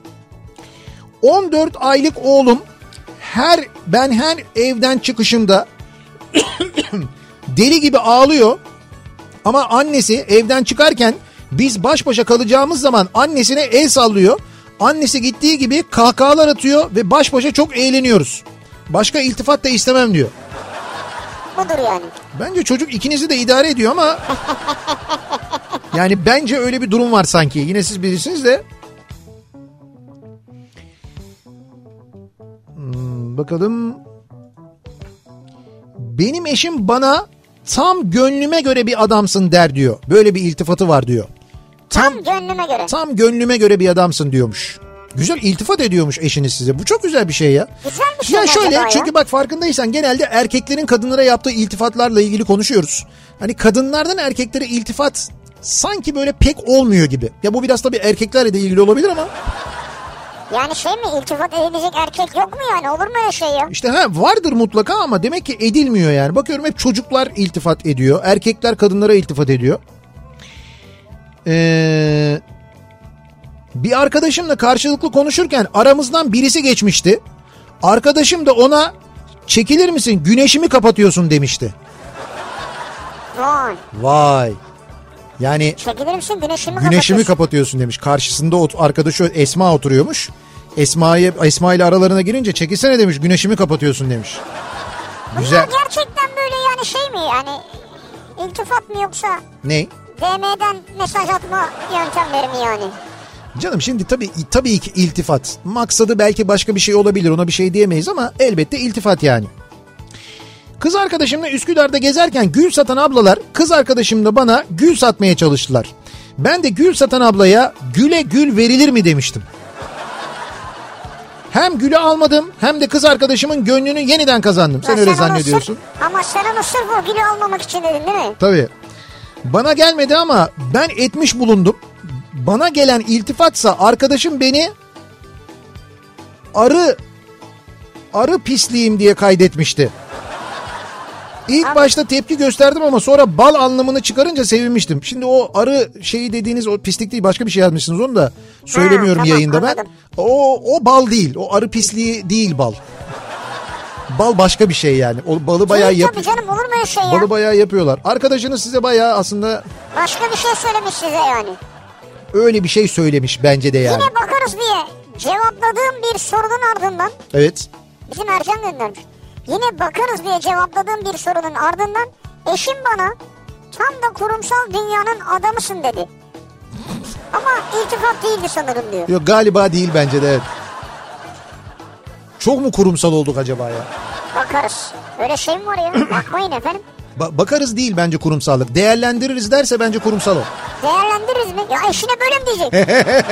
14 aylık oğlum her evden çıkışımda deli gibi ağlıyor. Ama annesi evden çıkarken biz baş başa kalacağımız zaman annesine el sallıyor. Annesi gittiği gibi kahkahalar atıyor ve baş başa çok eğleniyoruz. Başka iltifat da istemem diyor. Budur yani. Bence çocuk ikinizi de idare ediyor ama yani bence öyle bir durum var sanki. Yine siz bilirsiniz de. Bakalım. Benim eşim bana tam gönlüme göre bir adamsın der diyor. Böyle bir iltifatı var diyor. Tam gönlüme göre. Tam gönlüme göre bir adamsın diyormuş. Güzel iltifat ediyormuş eşiniz size. Bu çok güzel bir şey ya. Güzel bir şey. Ya şöyle, çünkü bak farkındaysan genelde erkeklerin kadınlara yaptığı iltifatlarla ilgili konuşuyoruz. Hani kadınlardan erkeklere iltifat sanki böyle pek olmuyor gibi. Ya bu biraz tabii erkeklerle de ilgili olabilir ama. Yani şey mi, iltifat edilecek erkek yok mu yani, olur mu öyle şey ya? İşte vardır mutlaka ama demek ki edilmiyor yani. Bakıyorum hep çocuklar iltifat ediyor. Erkekler kadınlara iltifat ediyor. Bir arkadaşımla karşılıklı konuşurken aramızdan birisi geçmişti. Arkadaşım da ona çekilir misin güneşimi kapatıyorsun demişti. Vay. Yani çekilir misin güneşimi kapatıyorsun demiş. Karşısında arkadaşı Esma oturuyormuş. Esma ile aralarına girince çekilsene demiş, güneşimi kapatıyorsun demiş. Güzel. Bunlar gerçekten böyle yani şey mi yani iltifat mı yoksa? Ne? DM'den mesaj atma yöntemleri mi yani? Canım şimdi tabii ki iltifat. Maksadı belki başka bir şey olabilir, ona bir şey diyemeyiz ama elbette iltifat yani. Kız arkadaşımla Üsküdar'da gezerken gül satan ablalar kız arkadaşımla bana gül satmaya çalıştılar. Ben de gül satan ablaya güle gül verilir mi demiştim. Hem gülü almadım hem de kız arkadaşımın gönlünü yeniden kazandım. Sen öyle zannediyorsun. Ama sen onu sırf o gülü almamak için dedin değil mi? Tabii. Bana gelmedi ama ben etmiş bulundum. Bana gelen iltifatsa arkadaşım beni arı pisliğim diye kaydetmişti. İlk başta tepki gösterdim ama sonra bal anlamını çıkarınca sevinmiştim. Şimdi o arı şeyi dediğiniz o pislik değil, başka bir şey yazmışsınız, onu da söylemiyorum tamam, yayında anladım. Ben. O bal değil, o arı pisliği değil bal. Bal başka bir şey yani. O balı bayağı tabii canım, olur mu öyle şey ya? Balı bayağı yapıyorlar. Arkadaşınız size bayağı aslında başka bir şey söylemiş size yani. Öyle bir şey söylemiş bence de yani. Yine bakarız diye cevapladığım bir sorunun ardından. Evet. Bizim Ercan göndermiş. Yine bakarız diye cevapladığım bir sorunun ardından eşim bana tam da kurumsal dünyanın adamısın dedi. Ama iltifat değildi sanırım diyor. Yok galiba değil bence de, evet. Çok mu kurumsal olduk acaba ya? Bakarız. Öyle şey mi var ya? Bakmayın efendim. Bakarız değil bence kurumsallık. Değerlendiririz derse bence kurumsal o. Değerlendiririz mi? Ya eşine böyle mi diyecek?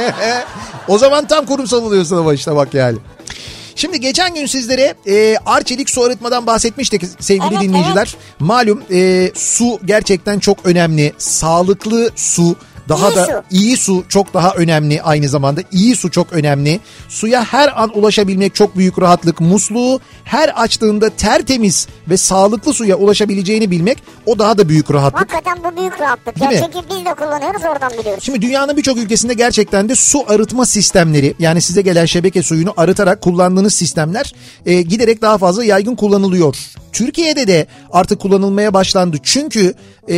O zaman tam kurumsal oluyorsun ama işte bak yani. Şimdi geçen gün sizlere Arçelik su arıtmadan bahsetmiştik sevgili dinleyiciler. Evet. Malum su gerçekten çok önemli. Sağlıklı su. İyi su çok daha önemli aynı zamanda. İyi su çok önemli. Suya her an ulaşabilmek çok büyük rahatlık. Musluğu her açtığında tertemiz ve sağlıklı suya ulaşabileceğini bilmek o daha da büyük rahatlık. Hakikaten bu büyük rahatlık. Ya çünkü biz de kullanıyoruz, oradan biliyoruz. Şimdi dünyanın birçok ülkesinde gerçekten de su arıtma sistemleri, yani size gelen şebeke suyunu arıtarak kullandığınız sistemler giderek daha fazla yaygın kullanılıyor. Türkiye'de de artık kullanılmaya başlandı. Çünkü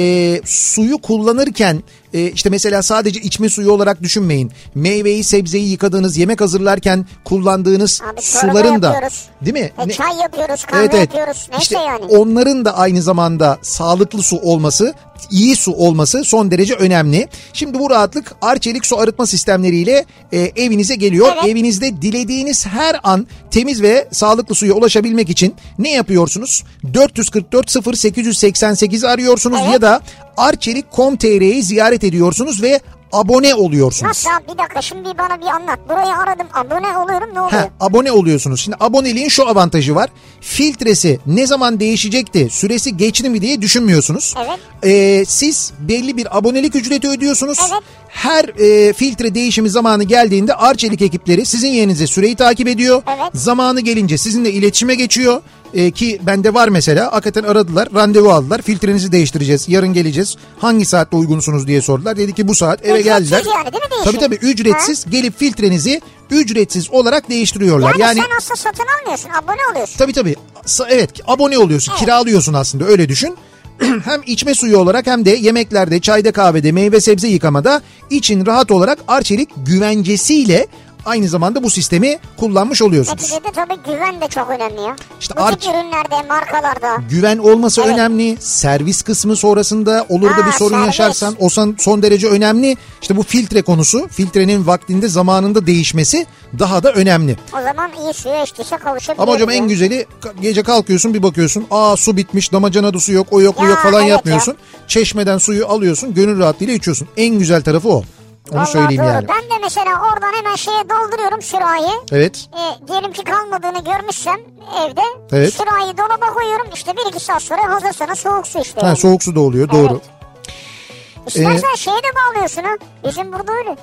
suyu kullanırken işte mesela sadece içme suyu olarak düşünmeyin. Meyveyi, sebzeyi yıkadığınız, yemek hazırlarken kullandığınız suların da, değil mi? Çay yapıyoruz, kahve yapıyoruz. Neyse işte yani. Onların da aynı zamanda sağlıklı su olması, iyi su olması son derece önemli. Şimdi bu rahatlık Arçelik su arıtma sistemleriyle evinize geliyor. Evet. Evinizde dilediğiniz her an temiz ve sağlıklı suya ulaşabilmek için ne yapıyorsunuz? 444 0888'i arıyorsunuz, evet, ya da arçelik.com.tr'yi ziyaret ediyorsunuz ve abone oluyorsunuz. Nasıl abi, bir dakika şimdi bana bir anlat. Burayı aradım, abone oluyorum, ne oluyor? Abone oluyorsunuz. Şimdi aboneliğin şu avantajı var. Filtresi ne zaman değişecekti, süresi geçti mi diye düşünmüyorsunuz. Evet. Siz belli bir abonelik ücreti ödüyorsunuz. Evet. Her filtre değişimi zamanı geldiğinde Arçelik ekipleri sizin yerinize süreyi takip ediyor. Evet. Zamanı gelince sizinle iletişime geçiyor. Ki bende var mesela, hakikaten aradılar, randevu aldılar, filtrenizi değiştireceğiz, yarın geleceğiz, hangi saatte uygunsunuz diye sordular, dedi ki bu saat, eve geldiler. Ücretsiz yani, değil mi değişim? Tabii ücretsiz, gelip filtrenizi ücretsiz olarak değiştiriyorlar. Yani sen aslında satın almıyorsun, abone oluyorsun. Tabii evet, abone oluyorsun, evet, kiralıyorsun aslında, öyle düşün. Hem içme suyu olarak hem de yemeklerde, çayda, kahvede, meyve sebze yıkamada için rahat olarak Arçelik güvencesiyle aynı zamanda bu sistemi kullanmış oluyorsunuz. Neticede tabii güven de çok önemli ya. İşte bu tip ürünlerde, markalarda. Güven olması önemli. Servis kısmı sonrasında olur da bir sorun yaşarsan o son derece önemli. İşte bu filtre konusu, filtrenin vaktinde, zamanında değişmesi daha da önemli. O zaman iyi suya içtiyse kavuşabiliriz. Ama hocam en güzeli, gece kalkıyorsun bir bakıyorsun, su bitmiş, damacanada su yok, o yok, bu yok falan yapmıyorsun. Ya. Çeşmeden suyu alıyorsun, gönül rahatlığıyla içiyorsun. En güzel tarafı o. Onu vallahi söyleyeyim doğru. Yani. Ben de mesela oradan hemen şeye dolduruyorum sürahiyi. Evet. Diyelim ki kalmadığını görmüşsem evde. Evet. Sürahiyi dolaba koyuyorum. İşte 1-2 saat sonra hazır sana soğuk su işte. Yani. Soğuk su da oluyor, evet, doğru. İstersen şeye de bağlıyorsun ha. Bizim burada öyle.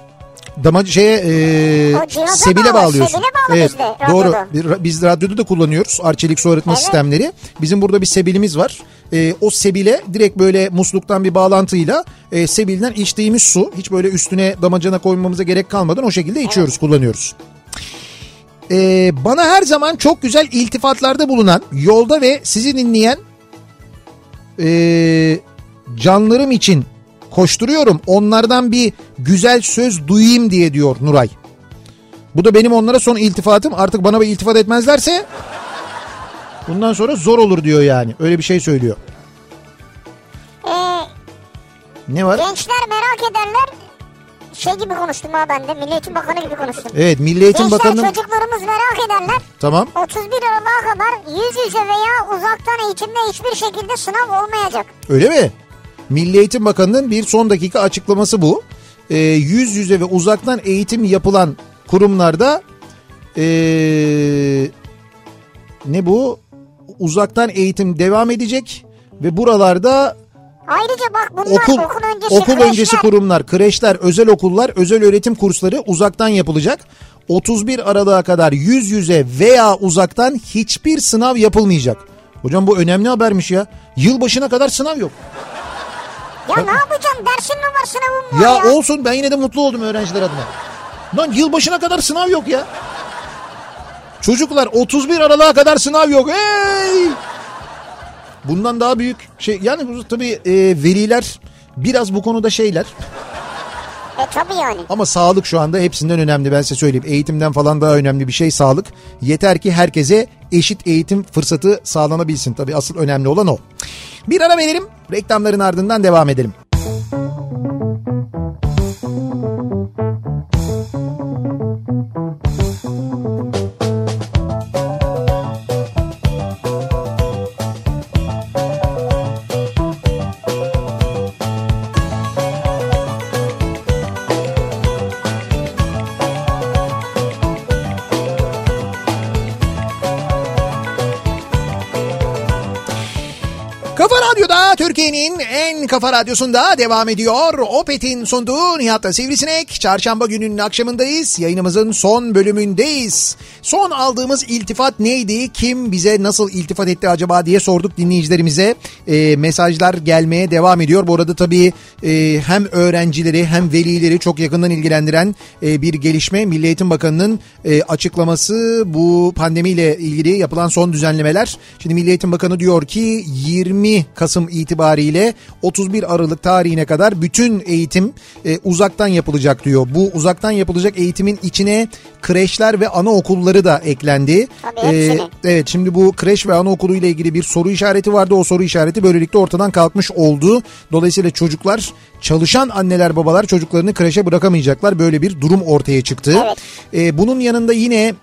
Sebile bağlıyorsun. Sebile bağlı evet, bizde, doğru. Biz radyoda da kullanıyoruz Arçelik su arıtma sistemleri. Bizim burada bir sebilimiz var. O sebile direkt böyle musluktan bir bağlantıyla sebilden içtiğimiz su, hiç böyle üstüne damacana koymamıza gerek kalmadan o şekilde içiyoruz, kullanıyoruz. Bana her zaman çok güzel iltifatlarda bulunan, yolda ve sizi dinleyen canlarım için koşturuyorum, onlardan bir güzel söz duyayım diye diyor Nuray. Bu da benim onlara son iltifatım. Artık bana bir iltifat etmezlerse Bundan sonra zor olur diyor yani. Öyle bir şey söylüyor. Ne var? Gençler merak ederler. Şey gibi konuştum ha ben de. Milli Eğitim Bakanı gibi konuştum. Evet, Milli Eğitim Bakanı. Gençler çocuklarımız merak ederler. Tamam. 31 Aralık'a kadar yüz yüze veya uzaktan eğitimde hiçbir şekilde sınav olmayacak. Öyle mi? Milli Eğitim Bakanı'nın bir son dakika açıklaması bu. Yüz yüze ve uzaktan eğitim yapılan kurumlarda ne bu? Uzaktan eğitim devam edecek ve buralarda ayrıca bak bunlar okul öncesi kurumlar, kreşler, özel okullar, özel öğretim kursları uzaktan yapılacak. 31 Aralık'a kadar yüz yüze veya uzaktan hiçbir sınav yapılmayacak. Hocam bu önemli habermiş ya. Yılbaşına kadar sınav yok. Ya ne yapacağım? Dersin mi var, sınavım var ya? Ya olsun, ben yine de mutlu oldum öğrenciler adına. Lan yılbaşına kadar sınav yok ya. Çocuklar 31 Aralık'a kadar sınav yok. Hey! Bundan daha büyük şey yani bu tabii veliler biraz bu konuda şeyler. Tabii yani. Ama sağlık şu anda hepsinden önemli, ben size söyleyeyim. Eğitimden falan daha önemli bir şey sağlık. Yeter ki herkese eşit eğitim fırsatı sağlanabilsin. Tabii asıl önemli olan o. Bir ara verelim. Reklamların ardından devam edelim. Radyo'da, Türkiye'nin en kafa radyosunda devam ediyor. Opet'in sunduğu Nihat'la Sivrisinek. Çarşamba gününün akşamındayız. Yayınımızın son bölümündeyiz. Son aldığımız iltifat neydi? Kim bize nasıl iltifat etti acaba diye sorduk dinleyicilerimize. Mesajlar gelmeye devam ediyor. Bu arada tabii hem öğrencileri hem velileri çok yakından ilgilendiren bir gelişme. Milli Eğitim Bakanı'nın açıklaması, bu pandemiyle ilgili yapılan son düzenlemeler. Şimdi Milli Eğitim Bakanı diyor ki 20 Kasım itibariyle 31 Aralık tarihine kadar bütün eğitim uzaktan yapılacak diyor. Bu uzaktan yapılacak eğitimin içine kreşler ve anaokulları da eklendi. Evet, şimdi bu kreş ve anaokulu ile ilgili bir soru işareti vardı. O soru işareti böylelikle ortadan kalkmış oldu. Dolayısıyla çocuklar, çalışan anneler babalar çocuklarını kreşe bırakamayacaklar. Böyle bir durum ortaya çıktı. Evet. Bunun yanında yine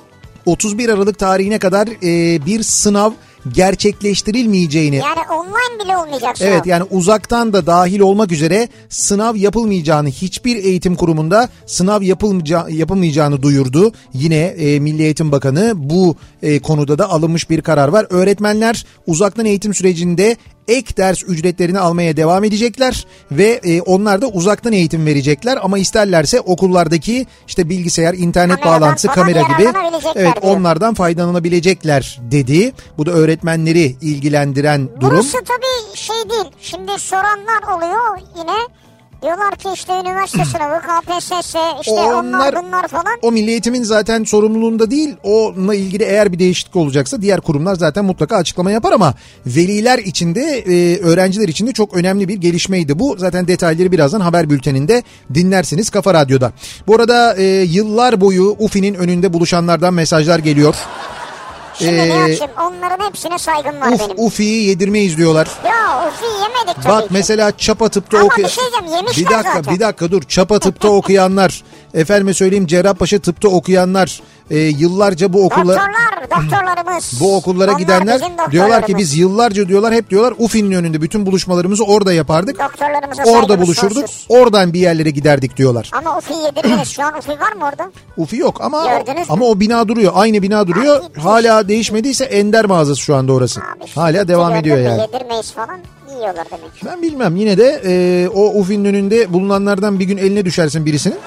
31 Aralık tarihine kadar bir sınav gerçekleştirilmeyeceğini. Yani online bile olmayacak sınav. Evet, yani uzaktan da dahil olmak üzere sınav yapılmayacağını, hiçbir eğitim kurumunda sınav yapılmayacağını duyurdu. Yine Milli Eğitim Bakanı, bu konuda da alınmış bir karar var. Öğretmenler uzaktan eğitim sürecinde ek ders ücretlerini almaya devam edecekler ve onlar da uzaktan eğitim verecekler ama isterlerse okullardaki işte bilgisayar, internet bağlantısı, kamera gibi onlardan faydalanabilecekler dedi. Bu da öğretmenleri ilgilendiren durum. Burası tabii şey değil. Şimdi soranlar oluyor yine. Diyorlar ki işte üniversite sınavı, KPSS, işte onlar bunlar falan. O Milli Eğitim'in zaten sorumluluğunda değil. Onunla ilgili eğer bir değişiklik olacaksa diğer kurumlar zaten mutlaka açıklama yapar ama veliler için de öğrenciler için de çok önemli bir gelişmeydi bu. Zaten detayları birazdan haber bülteninde dinlersiniz Kafa Radyo'da. Bu arada yıllar boyu UFİ'nin önünde buluşanlardan mesajlar geliyor. Şimdi Nihat'cığım onların hepsine saygım var benim. UFİ'yi yedirmeyiz diyorlar. Ya UFİ'yi yemedik tabii. Bak mesela Çapa Tıp'ta okuyan. Ama bir şey diyeceğim, yemişler zaten. Bir dakika dur. Çapa Tıp'ta okuyanlar, efendime söyleyeyim Cerrahpaşa Tıp'ta okuyanlar, yıllarca bu doktorlarımız. Bu okullara gidenler diyorlar ki biz yıllarca diyorlar, hep diyorlar UFİ'nin önünde bütün buluşmalarımızı orada yapardık. Orada buluşurduk. Sonsuz. Oradan bir yerlere giderdik diyorlar. Ama UFİ'yi yedirdiniz. Şu an UFİ var mı orada? UFİ yok ama o bina duruyor. Aynı bina duruyor. Hala değişmediyse Ender mağazası şu anda orası. Abi, hala devam ediyor yani. Yedirmeyiz falan yiyorlar demek. Ben bilmem, yine de o UFİ'nin önünde bulunanlardan bir gün eline düşersin birisinin.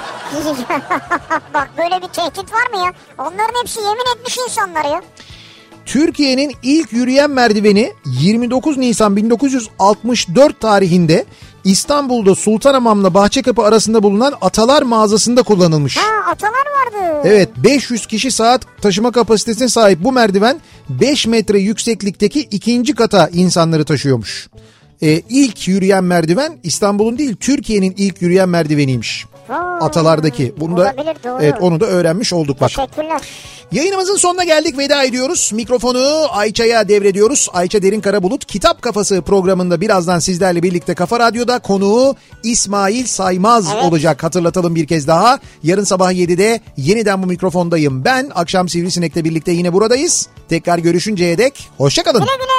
Bak böyle bir tehdit var mı ya? Onların hepsi yemin etmiş insanlar ya. Türkiye'nin ilk yürüyen merdiveni 29 Nisan 1964 tarihinde İstanbul'da Sultanhamam'la Bahçekapı arasında bulunan Atalar mağazasında kullanılmış. Ha, Atalar vardı. Evet, 500 kişi saat taşıma kapasitesine sahip bu merdiven 5 metre yükseklikteki ikinci kata insanları taşıyormuş. İlk yürüyen merdiven İstanbul'un değil, Türkiye'nin ilk yürüyen merdiveniymiş. Atalardaki. Bunu da, olabilir, doğru. evet, onu da öğrenmiş olduk bak. Teşekkürler. Yayınımızın sonuna geldik, veda ediyoruz. Mikrofonu Ayça'ya devrediyoruz. Ayça Derinkarabulut Kitap Kafası programında birazdan sizlerle birlikte Kafa Radyo'da, konuğu İsmail Saymaz olacak. Hatırlatalım bir kez daha. Yarın sabah 7'de yeniden bu mikrofondayım ben. Akşam Sivrisinek'le birlikte yine buradayız. Tekrar görüşünceye dek hoşça kalın. Güle güle.